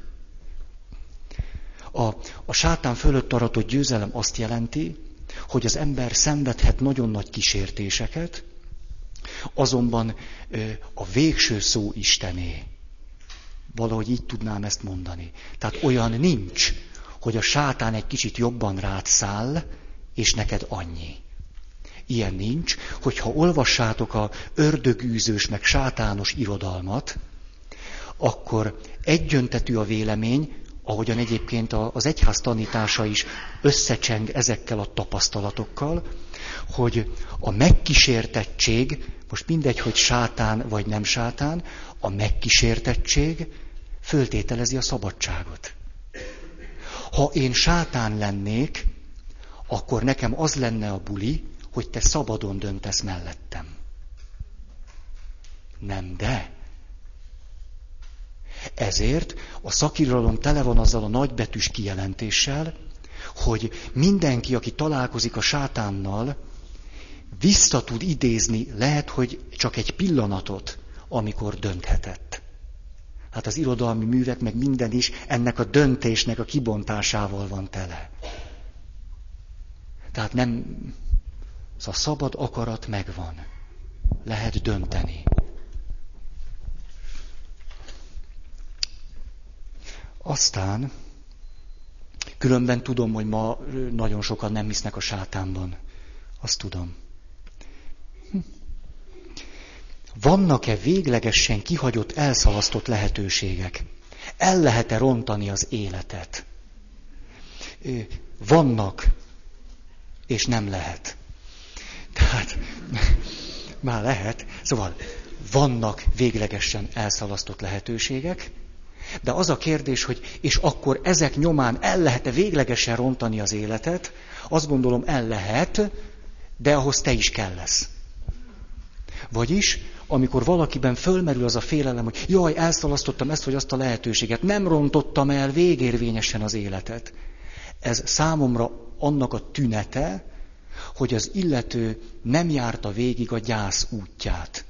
A, a sátán fölött aratott győzelem azt jelenti, hogy az ember szenvedhet nagyon nagy kísértéseket, azonban a végső szó Istené. Valahogy így tudnám ezt mondani. Tehát olyan nincs, hogy a sátán egy kicsit jobban rád száll, és neked annyi. Ilyen nincs, hogyha olvassátok a ördögűzős meg sátános irodalmat, akkor egyöntetű a vélemény, ahogyan egyébként az egyház tanítása is összecseng ezekkel a tapasztalatokkal, hogy a megkísértettség, most mindegy, hogy sátán vagy nem sátán, a megkísértettség föltételezi a szabadságot. Ha én sátán lennék, akkor nekem az lenne a buli, hogy te szabadon döntesz mellettem. Nem, de... Ezért a szakirodalom tele van azzal a nagybetűs kijelentéssel, hogy mindenki, aki találkozik a sátánnal, vissza tud idézni, lehet, hogy csak egy pillanatot, amikor dönthetett. Hát az irodalmi művek, meg minden is ennek a döntésnek a kibontásával van tele. Tehát nem... A szabad akarat megvan. Lehet dönteni. Aztán, különben tudom, hogy ma nagyon sokan nem hisznek a sátánban. Azt tudom. Hm. Vannak-e véglegesen kihagyott, elszalasztott lehetőségek? El lehet-e rontani az életet? Vannak, és nem lehet. Tehát, már lehet. Szóval, vannak véglegesen elszalasztott lehetőségek, de az a kérdés, hogy és akkor ezek nyomán el lehet-e véglegesen rontani az életet, azt gondolom el lehet, de ahhoz te is kell lesz. Vagyis, amikor valakiben fölmerül az a félelem, hogy jaj, elszalasztottam ezt vagy azt a lehetőséget, nem rontottam el végérvényesen az életet. Ez számomra annak a tünete, hogy az illető nem járta végig a gyász útját.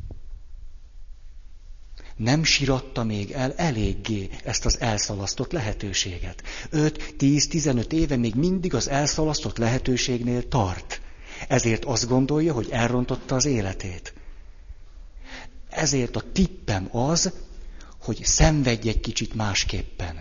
Nem síratta még el eléggé ezt az elszalasztott lehetőséget. öt, tíz, tizenöt éve még mindig az elszalasztott lehetőségnél tart. Ezért azt gondolja, hogy elrontotta az életét. Ezért a tippem az, hogy szenvedj egy kicsit másképpen.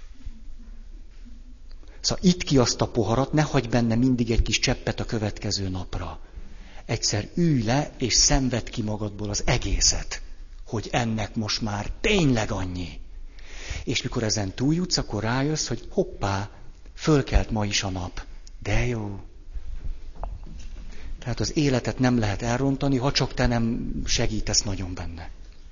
Szóval idd ki azt a poharat, ne hagyj benne mindig egy kis cseppet a következő napra. Egyszer ülj le, és szenvedd ki magadból az egészet, hogy ennek most már tényleg annyi. És mikor ezen túljutsz, akkor rájössz, hogy hoppá, fölkelt ma is a nap. De jó. Tehát az életet nem lehet elrontani, ha csak te nem segítesz nagyon benne.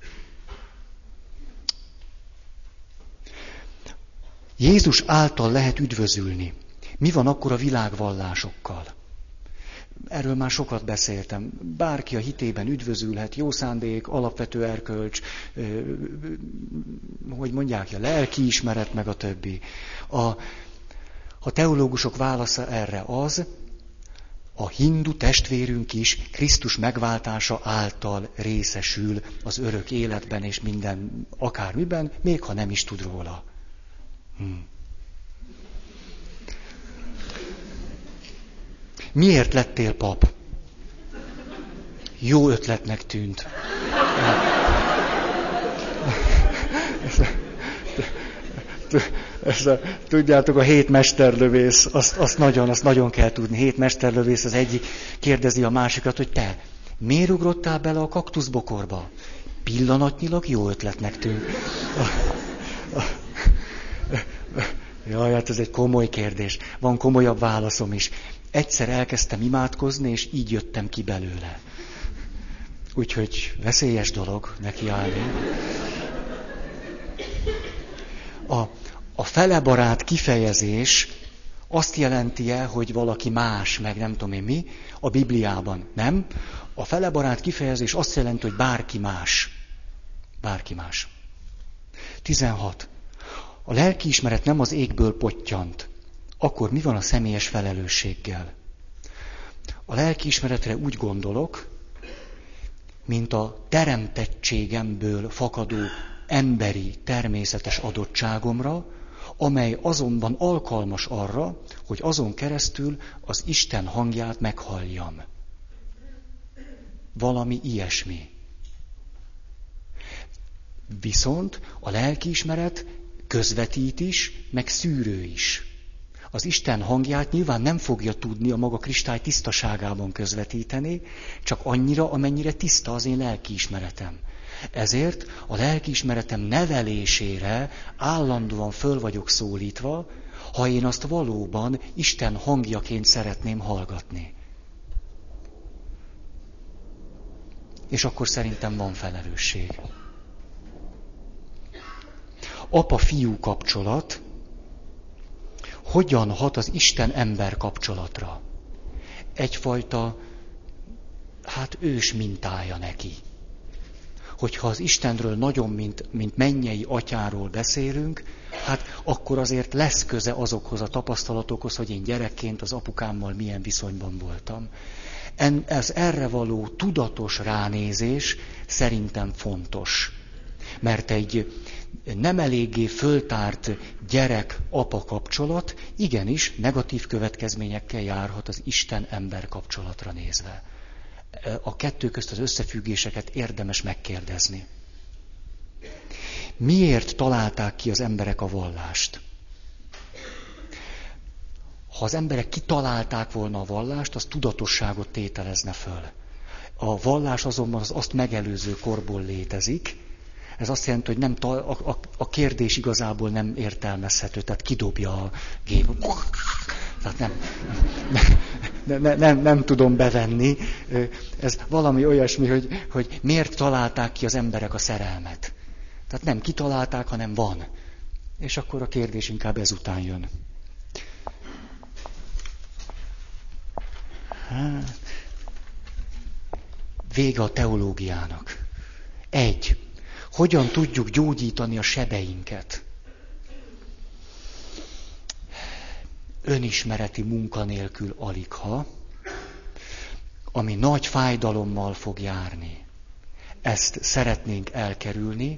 Jézus által lehet üdvözülni. Mi van akkor a világvallásokkal? Erről már sokat beszéltem. Bárki a hitében üdvözülhet, jó szándék, alapvető erkölcs, hogy mondják, a lelkiismeret, meg a többi. A, a teológusok válasza erre az, a hindu testvérünk is Krisztus megváltása által részesül az örök életben és minden akármiben, még ha nem is tud róla. Hm. Miért lettél pap? Jó ötletnek tűnt. Ez a, tudjátok, a hét mesterlövész, azt, azt, nagyon, azt nagyon kell tudni. Hét mesterlövész az egyik kérdezi a másikat, hogy te, miért ugrottál bele a kaktuszbokorba? Pillanatnyilag jó ötletnek tűnt. Jaj, hát ez egy komoly kérdés. Van komolyabb válaszom is. Egyszer elkezdtem imádkozni, és így jöttem ki belőle. Úgyhogy veszélyes dolog nekiállni. A, a felebarát kifejezés azt jelenti-e, hogy valaki más, meg nem tudom én mi, a Bibliában nem. A felebarát kifejezés azt jelenti, hogy bárki más. Bárki más. tizenhat. A lelkiismeret nem az égből pottyant. Akkor mi van a személyes felelősséggel? A lelkiismeretre úgy gondolok, mint a teremtettségemből fakadó emberi, természetes adottságomra, amely azonban alkalmas arra, hogy azon keresztül az Isten hangját meghalljam. Valami ilyesmi. Viszont a lelkiismeret közvetít is, meg szűrő is. Az Isten hangját nyilván nem fogja tudni a maga kristály tisztaságában közvetíteni, csak annyira, amennyire tiszta az én lelkiismeretem. Ezért a lelkiismeretem nevelésére állandóan föl vagyok szólítva, ha én azt valóban Isten hangjaként szeretném hallgatni. És akkor szerintem van felelősség. Apa-fiú kapcsolat hogyan hat az Isten-ember kapcsolatra? Egyfajta, hát ős mintája neki. Hogyha az Istenről nagyon, mint, mint mennyei atyáról beszélünk, hát akkor azért lesz köze azokhoz a tapasztalatokhoz, hogy én gyerekként az apukámmal milyen viszonyban voltam. En, ez erre való tudatos ránézés szerintem fontos. Mert egy nem eléggé föltárt gyerek-apa kapcsolat igenis negatív következményekkel járhat az Isten-ember kapcsolatra nézve. A kettő közt az összefüggéseket érdemes megkérdezni. Miért találták ki az emberek a vallást? Ha az emberek kitalálták volna a vallást, az tudatosságot tételezne föl. A vallás azonban az azt megelőző korból létezik. Ez azt jelenti, hogy nem ta- a, a, a kérdés igazából nem értelmezhető, tehát kidobja a gép. Tehát nem, nem, nem, nem, nem tudom bevenni. Ez valami olyasmi, hogy, hogy miért találták ki az emberek a szerelmet. Tehát nem kitalálták, hanem van. És akkor a kérdés inkább ezután jön. Hát, vége a teológiának. Egy. Hogyan tudjuk gyógyítani a sebeinket? Önismereti munka nélkül aligha, ami nagy fájdalommal fog járni. Ezt szeretnénk elkerülni.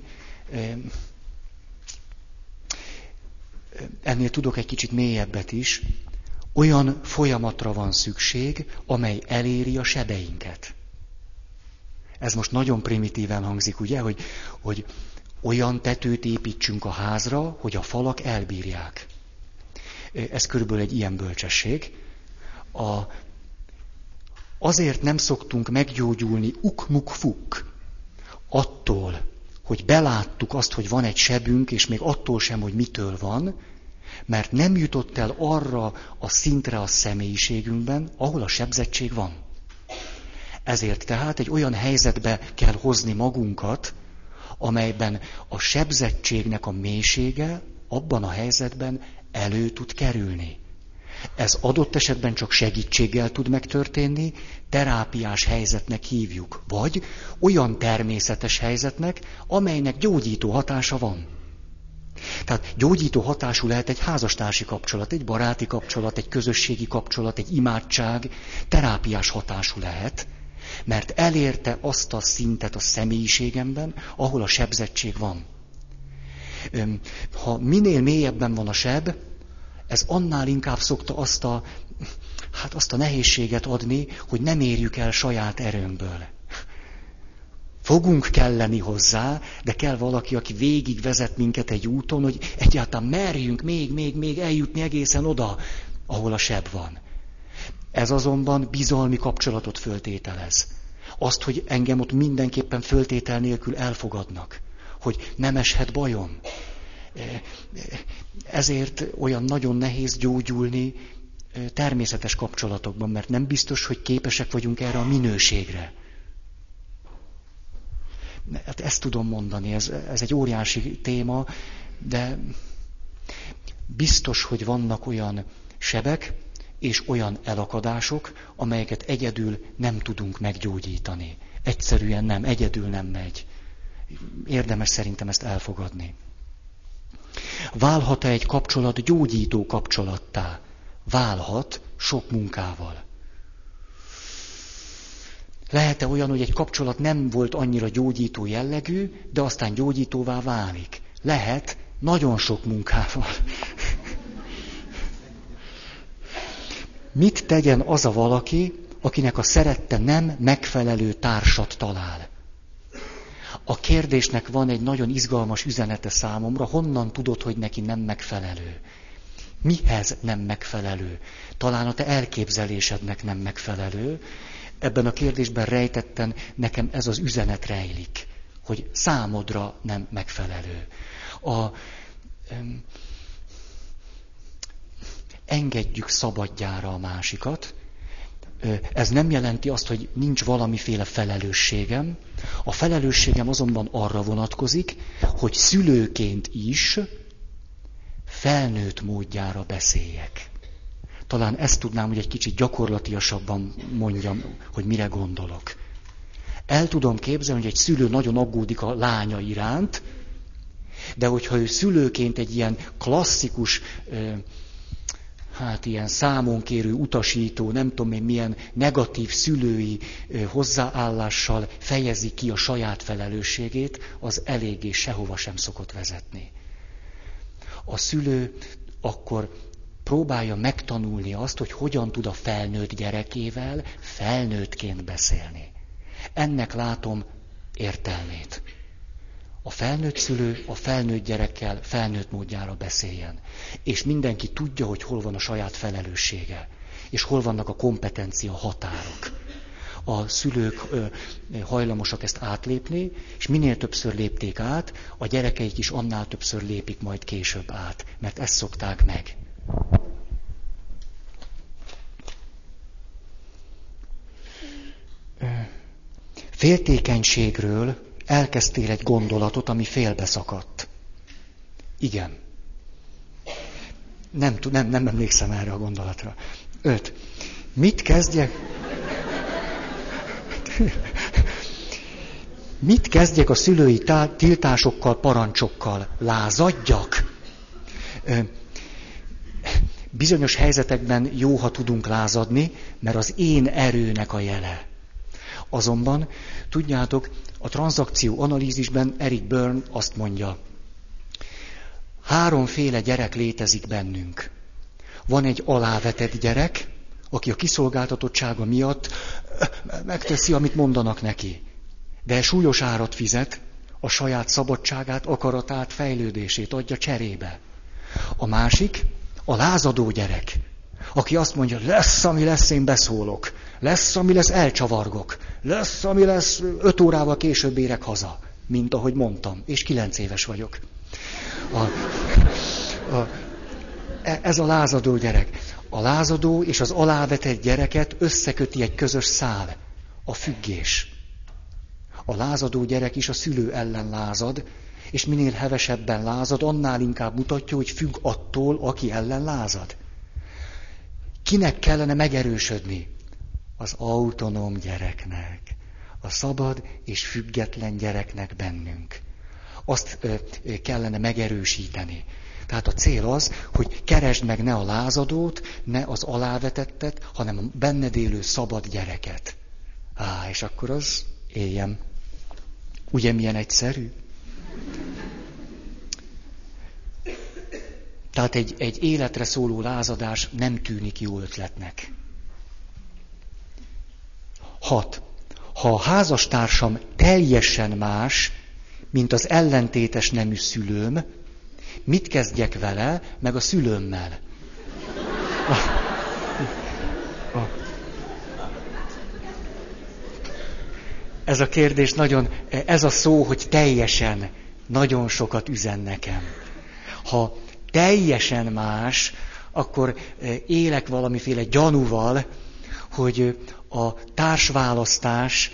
Ennél tudok egy kicsit mélyebbet is. Olyan folyamatra van szükség, amely eléri a sebeinket. Ez most nagyon primitíven hangzik, ugye, hogy, hogy olyan tetőt építsünk a házra, hogy a falak elbírják. Ez körülbelül egy ilyen bölcsesség. A, azért nem szoktunk meggyógyulni uk-muk-fuk attól, hogy beláttuk azt, hogy van egy sebünk, és még attól sem, hogy mitől van, mert nem jutott el arra a szintre a személyiségünkben, ahol a sebzettség van. Ezért tehát egy olyan helyzetbe kell hozni magunkat, amelyben a sebzettségnek a mélysége abban a helyzetben elő tud kerülni. Ez adott esetben csak segítséggel tud megtörténni, terápiás helyzetnek hívjuk, vagy olyan természetes helyzetnek, amelynek gyógyító hatása van. Tehát gyógyító hatású lehet egy házastársi kapcsolat, egy baráti kapcsolat, egy közösségi kapcsolat, egy imádság, terápiás hatású lehet, mert elérte azt a szintet a személyiségemben, ahol a sebzettség van. Ha minél mélyebben van a seb, ez annál inkább szokta azt a, hát azt a nehézséget adni, hogy nem érjük el saját erőnkből. Fogunk kelleni hozzá, de kell valaki, aki végig vezet minket egy úton, hogy egyáltalán merjünk még, még, még eljutni egészen oda, ahol a seb van. Ez azonban bizalmi kapcsolatot föltételez. Azt, hogy engem ott mindenképpen föltétel nélkül elfogadnak. Hogy nem eshet bajom. Ezért olyan nagyon nehéz gyógyulni természetes kapcsolatokban, mert nem biztos, hogy képesek vagyunk erre a minőségre. Hát ezt tudom mondani, ez, ez egy óriási téma, de biztos, hogy vannak olyan sebek és olyan elakadások, amelyeket egyedül nem tudunk meggyógyítani. Egyszerűen nem, egyedül nem megy. Érdemes szerintem ezt elfogadni. Válhat-e egy kapcsolat gyógyító kapcsolattá? Válhat sok munkával. Lehet-e olyan, hogy egy kapcsolat nem volt annyira gyógyító jellegű, de aztán gyógyítóvá válik? Lehet, nagyon sok munkával. Mit tegyen az a valaki, akinek a szerette nem megfelelő társat talál? A kérdésnek van egy nagyon izgalmas üzenete számomra, honnan tudod, hogy neki nem megfelelő? Mihez nem megfelelő? Talán a te elképzelésednek nem megfelelő. Ebben a kérdésben rejtetten nekem ez az üzenet rejlik, hogy számodra nem megfelelő. A, um, engedjük szabadjára a másikat. Ez nem jelenti azt, hogy nincs valamiféle felelősségem. A felelősségem azonban arra vonatkozik, hogy szülőként is felnőtt módjára beszéljek. Talán ezt tudnám, hogy egy kicsit gyakorlatiasabban mondjam, hogy mire gondolok. El tudom képzelni, hogy egy szülő nagyon aggódik a lánya iránt, de hogyha ő szülőként egy ilyen klasszikus, hát ilyen számonkérő, utasító, nem tudom én milyen negatív szülői hozzáállással fejezi ki a saját felelősségét, az eléggé sehova sem szokott vezetni. A szülő akkor próbálja megtanulni azt, hogy hogyan tud a felnőtt gyerekével felnőttként beszélni. Ennek látom értelmét. A felnőtt szülő a felnőtt gyerekkel felnőtt módjára beszéljen. És mindenki tudja, hogy hol van a saját felelőssége. És hol vannak a kompetencia határok. A szülők ö, hajlamosak ezt átlépni, és minél többször lépték át, a gyerekeik is annál többször lépik majd később át. Mert ezt szokták meg. Féltékenységről elkezdtél egy gondolatot, ami félbeszakadt. Igen. Nem, nem, nem emlékszem erre a gondolatra. Öt. Mit kezdjek? Mit kezdjek a szülői tá- tiltásokkal, parancsokkal? Lázadjak? Bizonyos helyzetekben jó, ha tudunk lázadni, mert az én erőnek a jele. Azonban, tudjátok, a tranzakció analízisben Eric Berne azt mondja, háromféle gyerek létezik bennünk. Van egy alávetett gyerek, aki a kiszolgáltatottsága miatt megteszi, amit mondanak neki. De súlyos árat fizet, a saját szabadságát, akaratát, fejlődését adja cserébe. A másik, a lázadó gyerek, aki azt mondja, lesz, ami lesz, én beszólok. Lesz, ami lesz, elcsavargok. Lesz, ami lesz, öt órával később érek haza, mint ahogy mondtam, és kilenc éves vagyok. A, a, ez a lázadó gyerek. A lázadó és az alávetett gyereket összeköti egy közös szál, a függés. A lázadó gyerek is a szülő ellen lázad, és minél hevesebben lázad, annál inkább mutatja, hogy függ attól, aki ellen lázad. Kinek kellene megerősödni? Az autonóm gyereknek, a szabad és független gyereknek bennünk. Azt ö, kellene megerősíteni. Tehát a cél az, hogy keresd meg ne a lázadót, ne az alávetettet, hanem a benned élő szabad gyereket. Á, és akkor az éljem. Ugye milyen egyszerű? Tehát egy, egy életre szóló lázadás nem tűnik jó ötletnek. Hat. Ha a házastársam teljesen más, mint az ellentétes nemű szülőm, mit kezdjek vele, meg a szülőmmel? Ez a kérdés nagyon, ez a szó, hogy teljesen, nagyon sokat üzen nekem. Ha teljesen más, akkor élek valamiféle gyanúval, hogy a társválasztás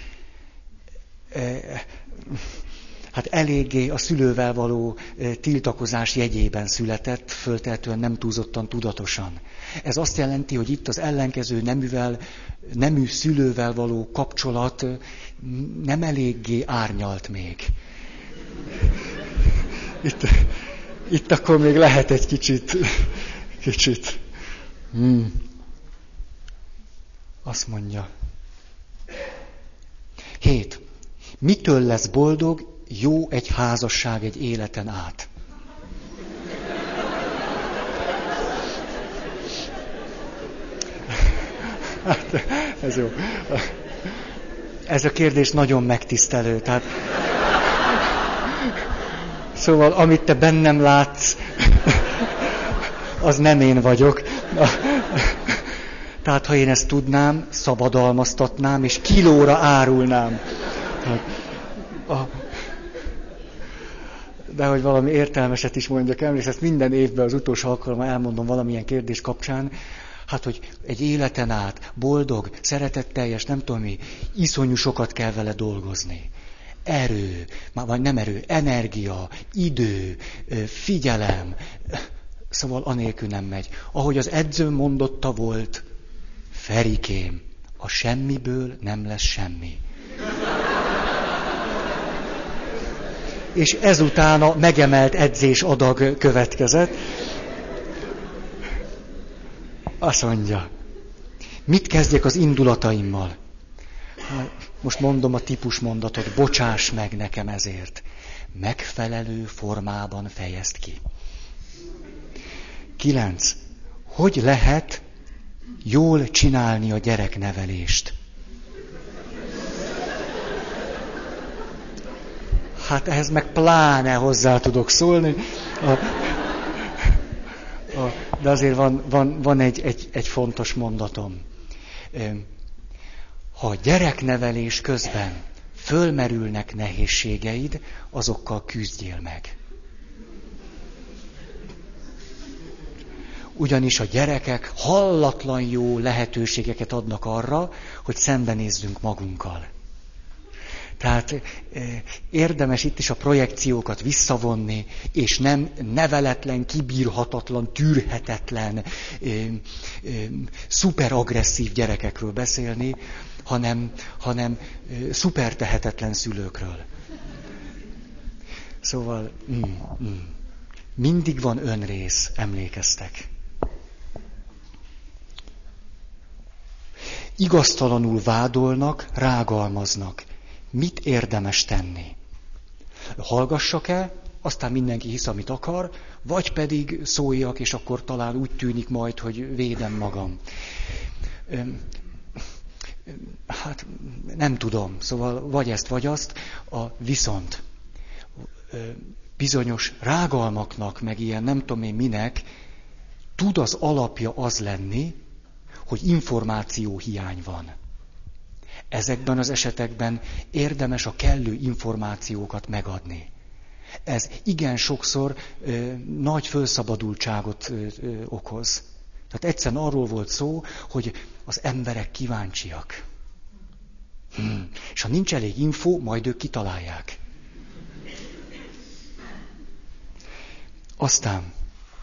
hát eléggé a szülővel való tiltakozás jegyében született, föltehetően nem túlzottan tudatosan. Ez azt jelenti, hogy itt az ellenkező neművel, nemű szülővel való kapcsolat nem eléggé árnyalt még. Itt, itt akkor még lehet egy kicsit, kicsit. Hmm. Azt mondja. Hét. Mitől lesz boldog, jó egy házasság egy életen át? Hát, ez jó. Ez a kérdés nagyon megtisztelő. Tehát... Szóval, amit te bennem látsz, az nem én vagyok. Tehát, ha én ezt tudnám, szabadalmaztatnám, és kilóra árulnám. De hogy valami értelmeset is mondjak, emlékszem, ezt minden évben az utolsó alkalommal elmondom valamilyen kérdés kapcsán, hát, hogy egy életen át boldog, szeretetteljes, nem tudom mi, iszonyú sokat kell vele dolgozni. Erő, vagy nem erő, energia, idő, figyelem, szóval anélkül nem megy. Ahogy az edzőm mondotta volt, Ferikém, a semmiből nem lesz semmi. És ezután a megemelt edzés adag következett. Azt mondja, mit kezdjek az indulataimmal? Most mondom a típusmondatot, bocsáss meg nekem ezért. Megfelelő formában fejezd ki. Kilenc. Hogy lehet jól csinálni a gyereknevelést? Hát ehhez meg pláne hozzá tudok szólni. A, a, de azért van, van, van egy, egy, egy fontos mondatom. Ha a gyereknevelés közben fölmerülnek nehézségeid, azokkal küzdjél meg. Ugyanis a gyerekek hallatlan jó lehetőségeket adnak arra, hogy szembenézzünk magunkkal. Tehát érdemes itt is a projekciókat visszavonni, és nem neveletlen, kibírhatatlan, tűrhetetlen, szuperagresszív gyerekekről beszélni, hanem, hanem szupertehetetlen szülőkről. Szóval mm, mm. mindig van önrész, emlékeztek. Igaztalanul vádolnak, rágalmaznak. Mit érdemes tenni? Hallgassak-e, aztán mindenki hisz, amit akar, vagy pedig szóljak, és akkor talán úgy tűnik majd, hogy védem magam. Hát nem tudom, szóval vagy ezt, vagy azt. A viszont bizonyos rágalmaknak, meg ilyen nem tudom én minek, tud az alapja az lenni, hogy információ hiány van. Ezekben az esetekben érdemes a kellő információkat megadni. Ez igen sokszor ö, nagy fölszabadultságot ö, ö, okoz. Tehát egyszerűen arról volt szó, hogy az emberek kíváncsiak. Hmm. És ha nincs elég info, majd ők kitalálják. Aztán,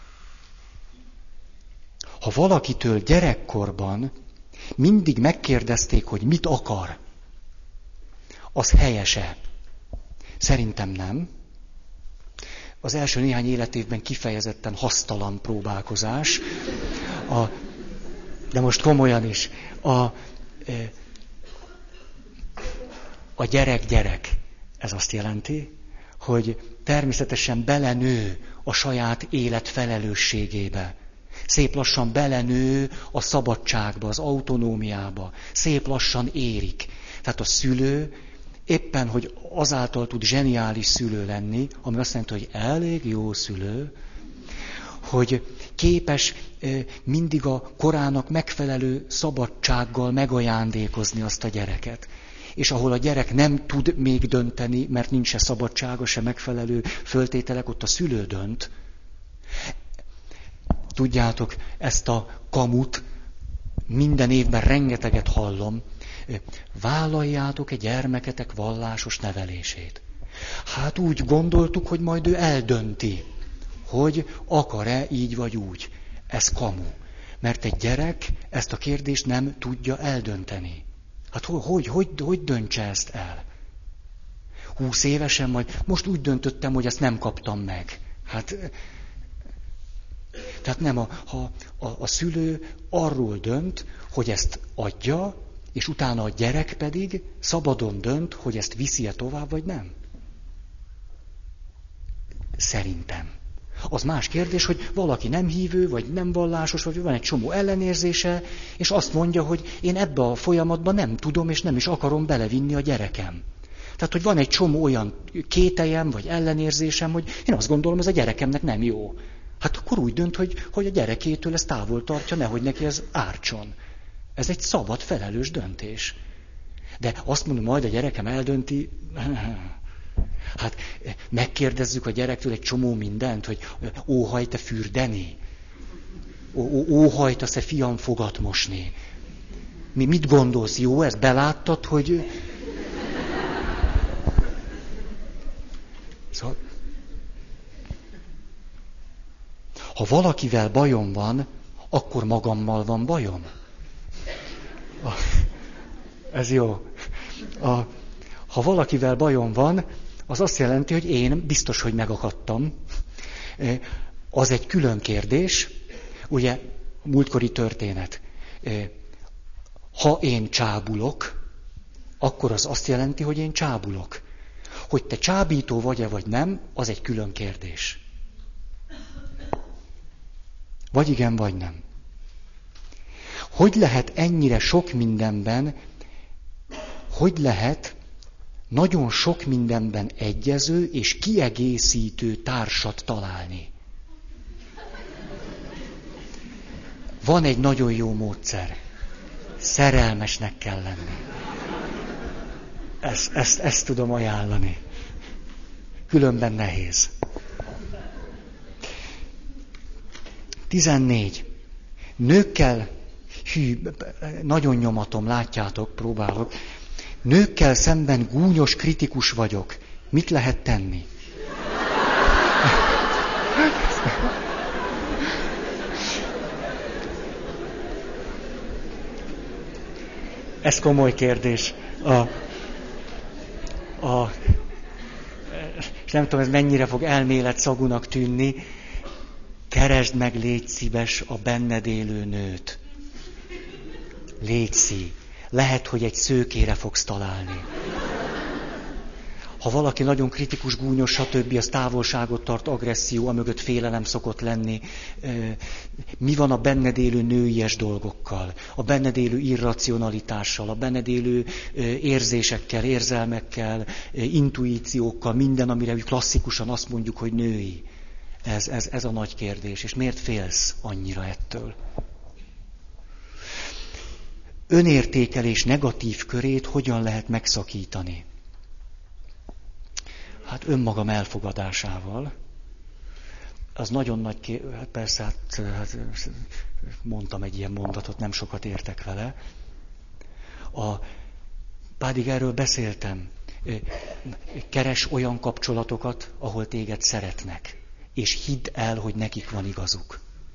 ha valakitől gyerekkorban mindig megkérdezték, hogy mit akar, az helyese? Szerintem nem. Az első néhány életévben kifejezetten hasztalan próbálkozás. A, de most komolyan is. A, a gyerek-gyerek, ez azt jelenti, hogy természetesen belenő a saját élet felelősségébe. Szép lassan belenő a szabadságba, az autonómiába. Szép lassan érik. Tehát a szülő éppen, hogy azáltal tud zseniális szülő lenni, ami azt jelenti, hogy elég jó szülő, hogy képes mindig a korának megfelelő szabadsággal megajándékozni azt a gyereket. És ahol a gyerek nem tud még dönteni, mert nincs se szabadsága, se megfelelő föltételek, ott a szülő dönt. Tudjátok, ezt a kamut minden évben rengeteget hallom. Vállaljátok-e gyermeketek vallásos nevelését? Hát úgy gondoltuk, hogy majd ő eldönti, hogy akar-e így vagy úgy. Ez kamu. Mert egy gyerek ezt a kérdést nem tudja eldönteni. Hát hogy, hogy, hogy, hogy döntse ezt el? Húsz évesen majd, most úgy döntöttem, hogy ezt nem kaptam meg. Hát, tehát nem, a, a, a, a szülő arról dönt, hogy ezt adja, és utána a gyerek pedig szabadon dönt, hogy ezt viszi-e tovább, vagy nem. Szerintem. Az más kérdés, hogy valaki nem hívő, vagy nem vallásos, vagy van egy csomó ellenérzése, és azt mondja, hogy én ebbe a folyamatban nem tudom, és nem is akarom belevinni a gyerekem. Tehát, hogy van egy csomó olyan kételjem, vagy ellenérzésem, hogy én azt gondolom, ez a gyerekemnek nem jó. Hát akkor úgy dönt, hogy, hogy a gyerekétől ezt távol tartja, nehogy neki ez ártson. Ez egy szabad, felelős döntés. De azt mondom, majd a gyerekem eldönti, hát megkérdezzük a gyerektől egy csomó mindent, hogy óhajt-e fürdeni? Ó, ó, óhajtasz-e fiam fogat mosni? Mi mit gondolsz, jó ez? Beláttad, hogy... Szóval... Ha valakivel bajom van, akkor magammal van bajom. Ez jó. A, ha valakivel bajom van, az azt jelenti, hogy én biztos, hogy megakadtam. Az egy külön kérdés, ugye, múltkori történet. Ha én csábulok, akkor az azt jelenti, hogy én csábulok. Hogy te csábító vagy-e, vagy nem, az egy külön kérdés. Vagy igen, vagy nem. Hogy lehet ennyire sok mindenben, hogy lehet nagyon sok mindenben egyező és kiegészítő társat találni? Van egy nagyon jó módszer. Szerelmesnek kell lenni. Ezt, ezt, ezt tudom ajánlani. Különben nehéz. tizennégy. Nőkkel, hű, nagyon nyomatom, látjátok, próbálok. Nőkkel szemben gúnyos kritikus vagyok. Mit lehet tenni? Ez komoly kérdés. A, a, és nem tudom, ez mennyire fog elméletszagúnak tűnni. Keresd meg, légy szíves, a benned élő nőt. Légy szí. Lehet, hogy egy szőkére fogsz találni. Ha valaki nagyon kritikus, gúnyos, stb., az távolságot tart, agresszió, amögött félelem szokott lenni. Mi van a benned élő nőies dolgokkal, a benned élő irracionalitással, a benned élő érzésekkel, érzelmekkel, intuíciókkal, minden, amire klasszikusan azt mondjuk, hogy női. Ez, ez, ez a nagy kérdés. És miért félsz annyira ettől? Önértékelés negatív körét hogyan lehet megszakítani? Hát önmagam elfogadásával. Az nagyon nagy kérdés, hát persze, hát, hát mondtam egy ilyen mondatot, nem sokat értek vele. A, pedig erről beszéltem. Keres olyan kapcsolatokat, ahol téged szeretnek. És hidd el, hogy nekik van igazuk.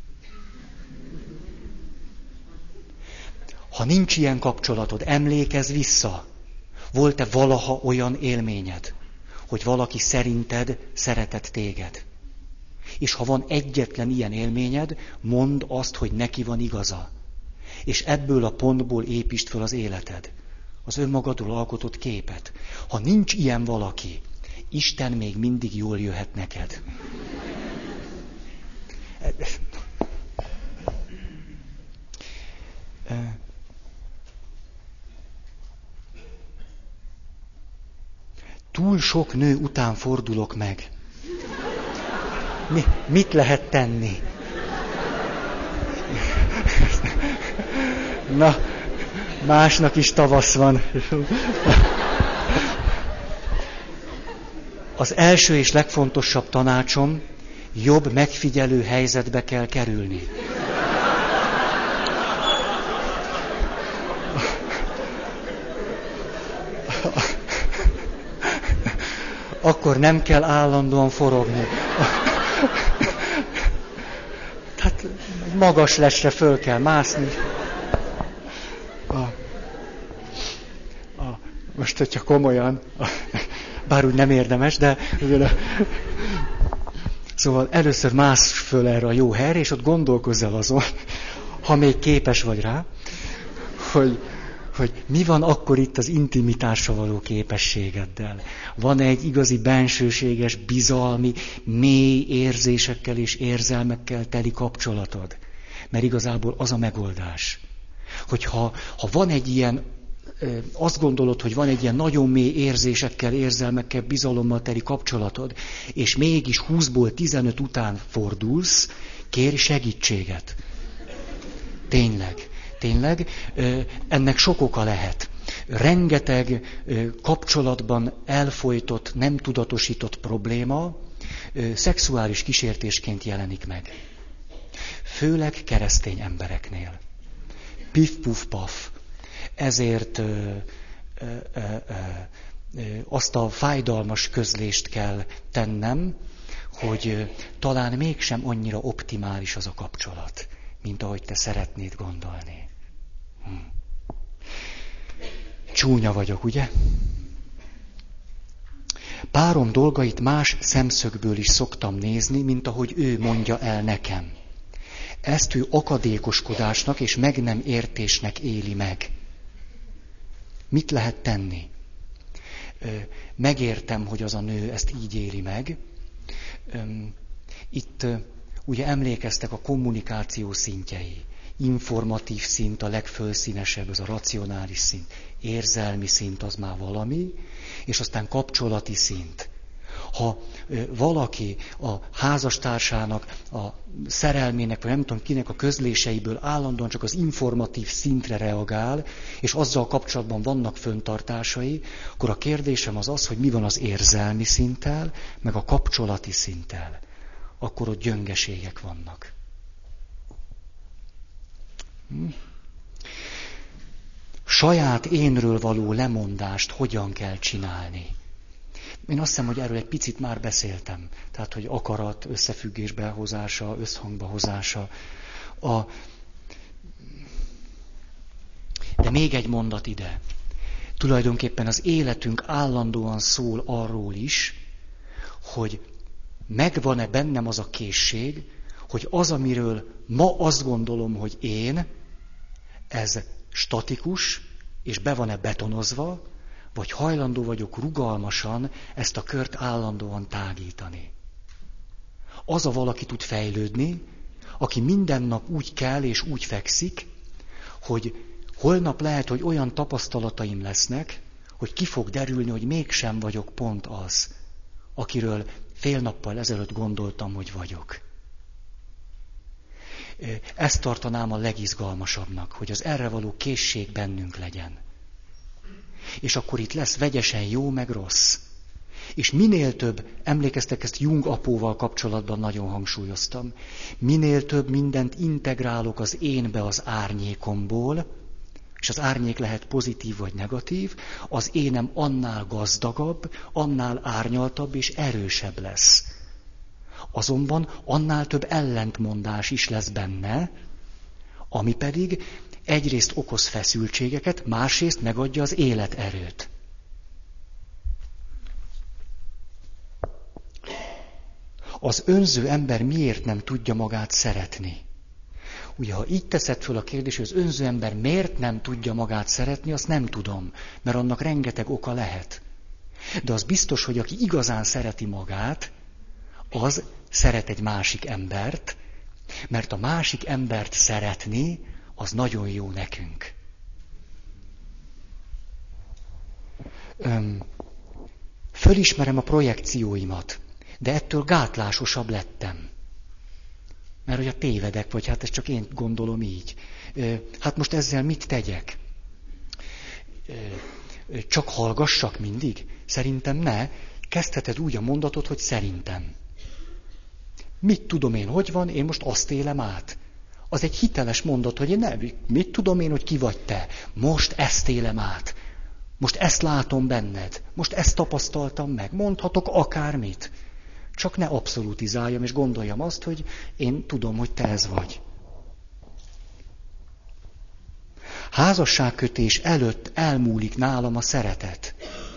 Ha nincs ilyen kapcsolatod, emlékezz vissza. Volt-e valaha olyan élményed, hogy valaki szerinted szeretett téged? És ha van egyetlen ilyen élményed, mondd azt, hogy neki van igaza. És ebből a pontból építsd föl az életed. Az önmagadról alkotott képet. Ha nincs ilyen valaki, Isten még mindig jól jöhet neked. Túl sok nő után fordulok meg. Mi, mit lehet tenni? Na, másnak is tavasz van. Az első és legfontosabb tanácsom, jobb megfigyelő helyzetbe kell kerülni. Akkor nem kell állandóan forogni. Tehát magas lesre föl kell mászni. A, a, most, hogyha komolyan, a, bár úgy nem érdemes, de... Szóval először mász föl erre a jó helyre, és ott gondolkozz el azon, ha még képes vagy rá, hogy... hogy mi van akkor itt az intimitásra való képességeddel. Van egy igazi bensőséges, bizalmi, mély érzésekkel és érzelmekkel teli kapcsolatod. Mert igazából az a megoldás. Hogyha ha van egy ilyen, azt gondolod, hogy van egy ilyen nagyon mély érzésekkel, érzelmekkel, bizalommal teli kapcsolatod, és mégis húszból tizenöt után fordulsz, kérj segítséget. Tényleg. Tényleg, ennek sok oka lehet. Rengeteg kapcsolatban elfojtott, nem tudatosított probléma szexuális kísértésként jelenik meg. Főleg keresztény embereknél. Pif-puf-paf. Ezért ö, ö, ö, ö, azt a fájdalmas közlést kell tennem, hogy talán mégsem annyira optimális az a kapcsolat, mint ahogy te szeretnéd gondolni. Hm. Csúnya vagyok, ugye? Párom dolgait más szemszögből is szoktam nézni, mint ahogy ő mondja el nekem. Ezt ő akadékoskodásnak és meg nem értésnek éli meg. Mit lehet tenni? Megértem, hogy az a nő ezt így éli meg. Itt ugye emlékeztek a kommunikáció szintjei. Informatív szint a legfölszínesebb, ez a racionális szint. Érzelmi szint az már valami, és aztán kapcsolati szint. Ha valaki a házastársának, a szerelmének, vagy nem tudom kinek a közléseiből állandóan csak az informatív szintre reagál, és azzal kapcsolatban vannak föntartásai, akkor a kérdésem az az, hogy mi van az érzelmi szinttel, meg a kapcsolati szinttel. Akkor ott gyöngeségek vannak. Hm? Saját énről való lemondást hogyan kell csinálni? Én azt hiszem, hogy erről egy picit már beszéltem. Tehát, hogy akarat, összefüggésbe hozása, összhangba hozása. A... De még egy mondat ide. Tulajdonképpen az életünk állandóan szól arról is, hogy megvan-e bennem az a készség, hogy az, amiről ma azt gondolom, hogy én, ez statikus, és be van-e betonozva, vagy hajlandó vagyok rugalmasan ezt a kört állandóan tágítani. Az a valaki tud fejlődni, aki minden nap úgy kell és úgy fekszik, hogy holnap lehet, hogy olyan tapasztalataim lesznek, hogy ki fog derülni, hogy mégsem vagyok pont az, akiről fél nappal ezelőtt gondoltam, hogy vagyok. Ezt tartanám a legizgalmasabbnak, hogy az erre való készség bennünk legyen. És akkor itt lesz vegyesen jó meg rossz. És minél több, emlékeztek, ezt Jung apóval kapcsolatban nagyon hangsúlyoztam, minél több mindent integrálok az énbe az árnyékomból, és az árnyék lehet pozitív vagy negatív, az énem annál gazdagabb, annál árnyaltabb és erősebb lesz. Azonban annál több ellentmondás is lesz benne, ami pedig egyrészt okoz feszültségeket, másrészt megadja az életerőt. Az önző ember miért nem tudja magát szeretni? Ugye, ha így teszed föl a kérdést, hogy az önző ember miért nem tudja magát szeretni, azt nem tudom, mert annak rengeteg oka lehet. De az biztos, hogy aki igazán szereti magát, az szeret egy másik embert, mert a másik embert szeretni, az nagyon jó nekünk. Öm, fölismerem a projekcióimat, de ettől gátlásosabb lettem. Mert hogy a tévedek, vagy hát ezt csak én gondolom így. Hát most ezzel mit tegyek? Csak hallgassak mindig? Szerintem ne. Kezdheted úgy a mondatot, hogy szerintem. Mit tudom én, hogy van, én most azt élem át. Az egy hiteles mondat, hogy én nem, mit tudom én, hogy ki vagy te. Most ezt élem át. Most ezt látom benned. Most ezt tapasztaltam meg. Mondhatok akármit. Csak ne abszolutizáljam, és gondoljam azt, hogy én tudom, hogy te ez vagy. Házasságkötés előtt elmúlik nálam a szeretet.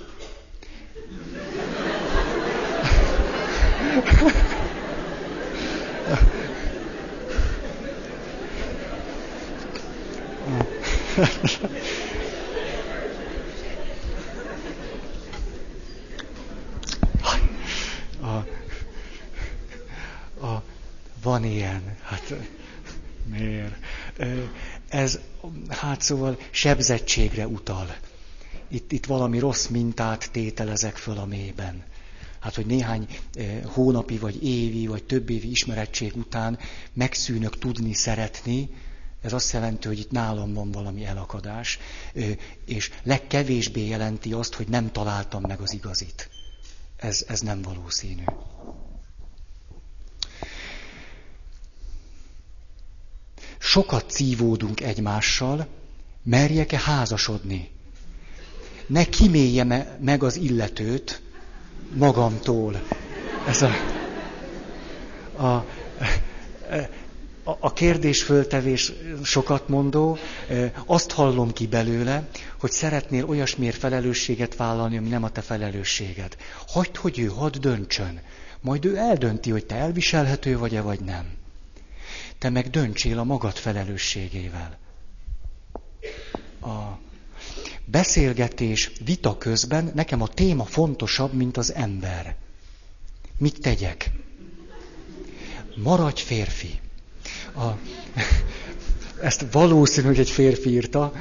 A, a, van ilyen, hát miért? Ez, hát szóval sebzettségre utal. Itt, itt valami rossz mintát tételezek föl a mélyben. Hát, hogy néhány hónapi, vagy évi, vagy több évi ismerettség után megszűnök tudni szeretni, ez azt jelenti, hogy itt nálam van valami elakadás, és legkevésbé jelenti azt, hogy nem találtam meg az igazit. Ez, ez nem valószínű. Sokat szívódunk egymással, merjek-e házasodni? Ne kimélje meg az illetőt magamtól. Ez a, a, a, a kérdésföltevés sokat mondó, azt hallom ki belőle, hogy szeretnél olyasmiért felelősséget vállalni, ami nem a te felelősséged. Hagyd, hogy ő hadd döntsön. Majd ő eldönti, hogy te elviselhető vagy-e, vagy nem. Te meg döntsél a magad felelősségével. A beszélgetés, vita közben nekem a téma fontosabb, mint az ember. Mit tegyek? Maradj férfi. A, ezt valószínű, hogy egy férfi írta.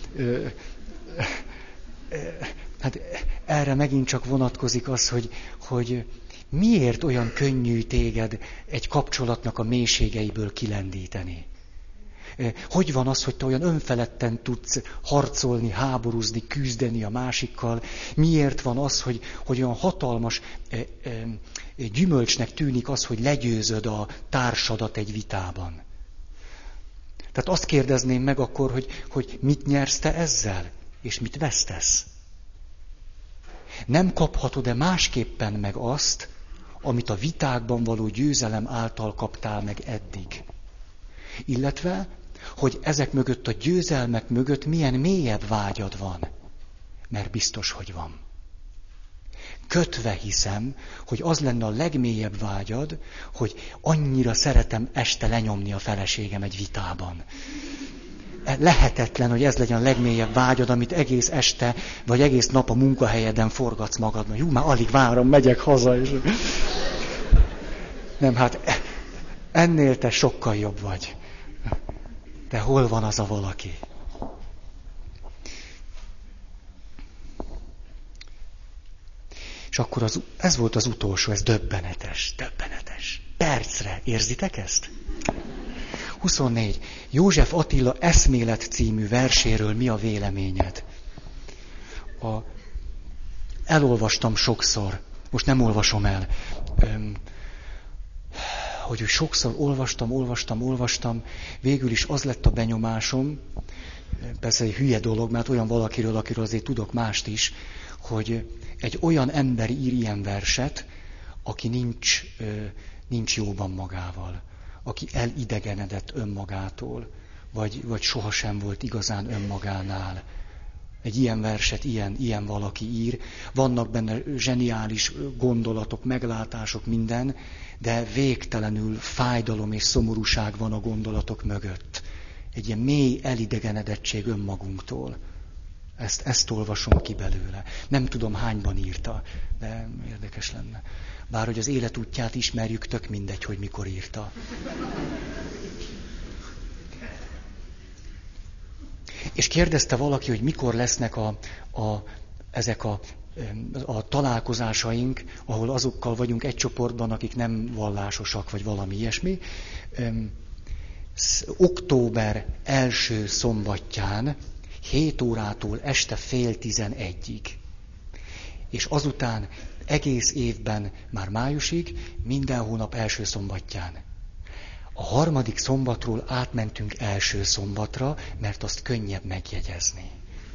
Hát erre megint csak vonatkozik az, hogy, hogy miért olyan könnyű téged egy kapcsolatnak a mélységeiből kilendíteni? Hogy van az, hogy te olyan önfeledten tudsz harcolni, háborúzni, küzdeni a másikkal? Miért van az, hogy, hogy olyan hatalmas e, e, gyümölcsnek tűnik az, hogy legyőzöd a társadat egy vitában? Tehát azt kérdezném meg akkor, hogy, hogy mit nyersz te ezzel, és mit vesztesz? Nem kaphatod-e másképpen meg azt, amit a vitákban való győzelem által kaptál meg eddig? Illetve, hogy ezek mögött a győzelmek mögött milyen mélyebb vágyad van. Mert biztos, hogy van. Kötve hiszem, hogy az lenne a legmélyebb vágyad, hogy annyira szeretem este lenyomni a feleségem egy vitában. lehetetlen, hogy ez legyen a legmélyebb vágyad, amit egész este, vagy egész nap a munkahelyeden forgatsz magadnak. Jú, már alig várom, megyek haza. És... Nem, hát ennél te sokkal jobb vagy. De hol van az a valaki? És akkor az, ez volt az utolsó, ez döbbenetes, döbbenetes. Percre, érzitek ezt? huszonnégy. József Attila Eszmélet című verséről mi a véleményed? A, elolvastam sokszor, most nem olvasom el, öm, hogy sokszor olvastam, olvastam, olvastam, végül is az lett a benyomásom, persze egy hülye dolog, mert olyan valakiről, akiről azért tudok mást is, hogy egy olyan ember ír ilyen verset, aki nincs, nincs jóban magával, aki elidegenedett önmagától, vagy, vagy sohasem volt igazán önmagánál. Egy ilyen verset ilyen, ilyen valaki ír. Vannak benne zseniális gondolatok, meglátások, minden, de végtelenül fájdalom és szomorúság van a gondolatok mögött. Egy ilyen mély elidegenedettség önmagunktól. Ezt, ezt olvasom ki belőle. Nem tudom, hányban írta, de érdekes lenne. Bár hogy az életútját ismerjük, tök mindegy, hogy mikor írta. És kérdezte valaki, hogy mikor lesznek a, a, ezek a, a találkozásaink, ahol azokkal vagyunk egy csoportban, akik nem vallásosak, vagy valami ilyesmi. Október első szombatján, hét órától este fél tizenegyig. És azután egész évben, már májusig, minden hónap első szombatján. A harmadik szombatról átmentünk első szombatra, mert azt könnyebb megjegyezni.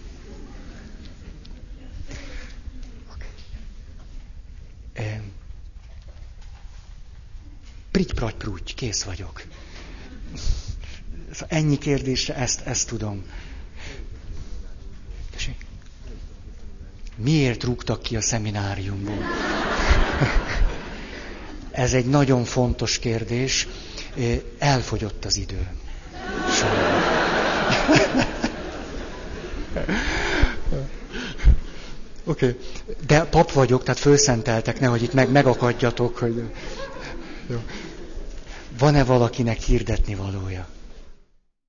Prigy-pragy-prúgy, kész vagyok. Ennyi kérdésre ezt, ezt tudom. Miért rúgtak ki a szemináriumból? Ez egy nagyon fontos kérdés. Elfogyott az idő. Oké. Okay. De pap vagyok, tehát fölszenteltek, nehogy itt meg, megakadjatok, hogy... Jó. Van-e valakinek hirdetni valója?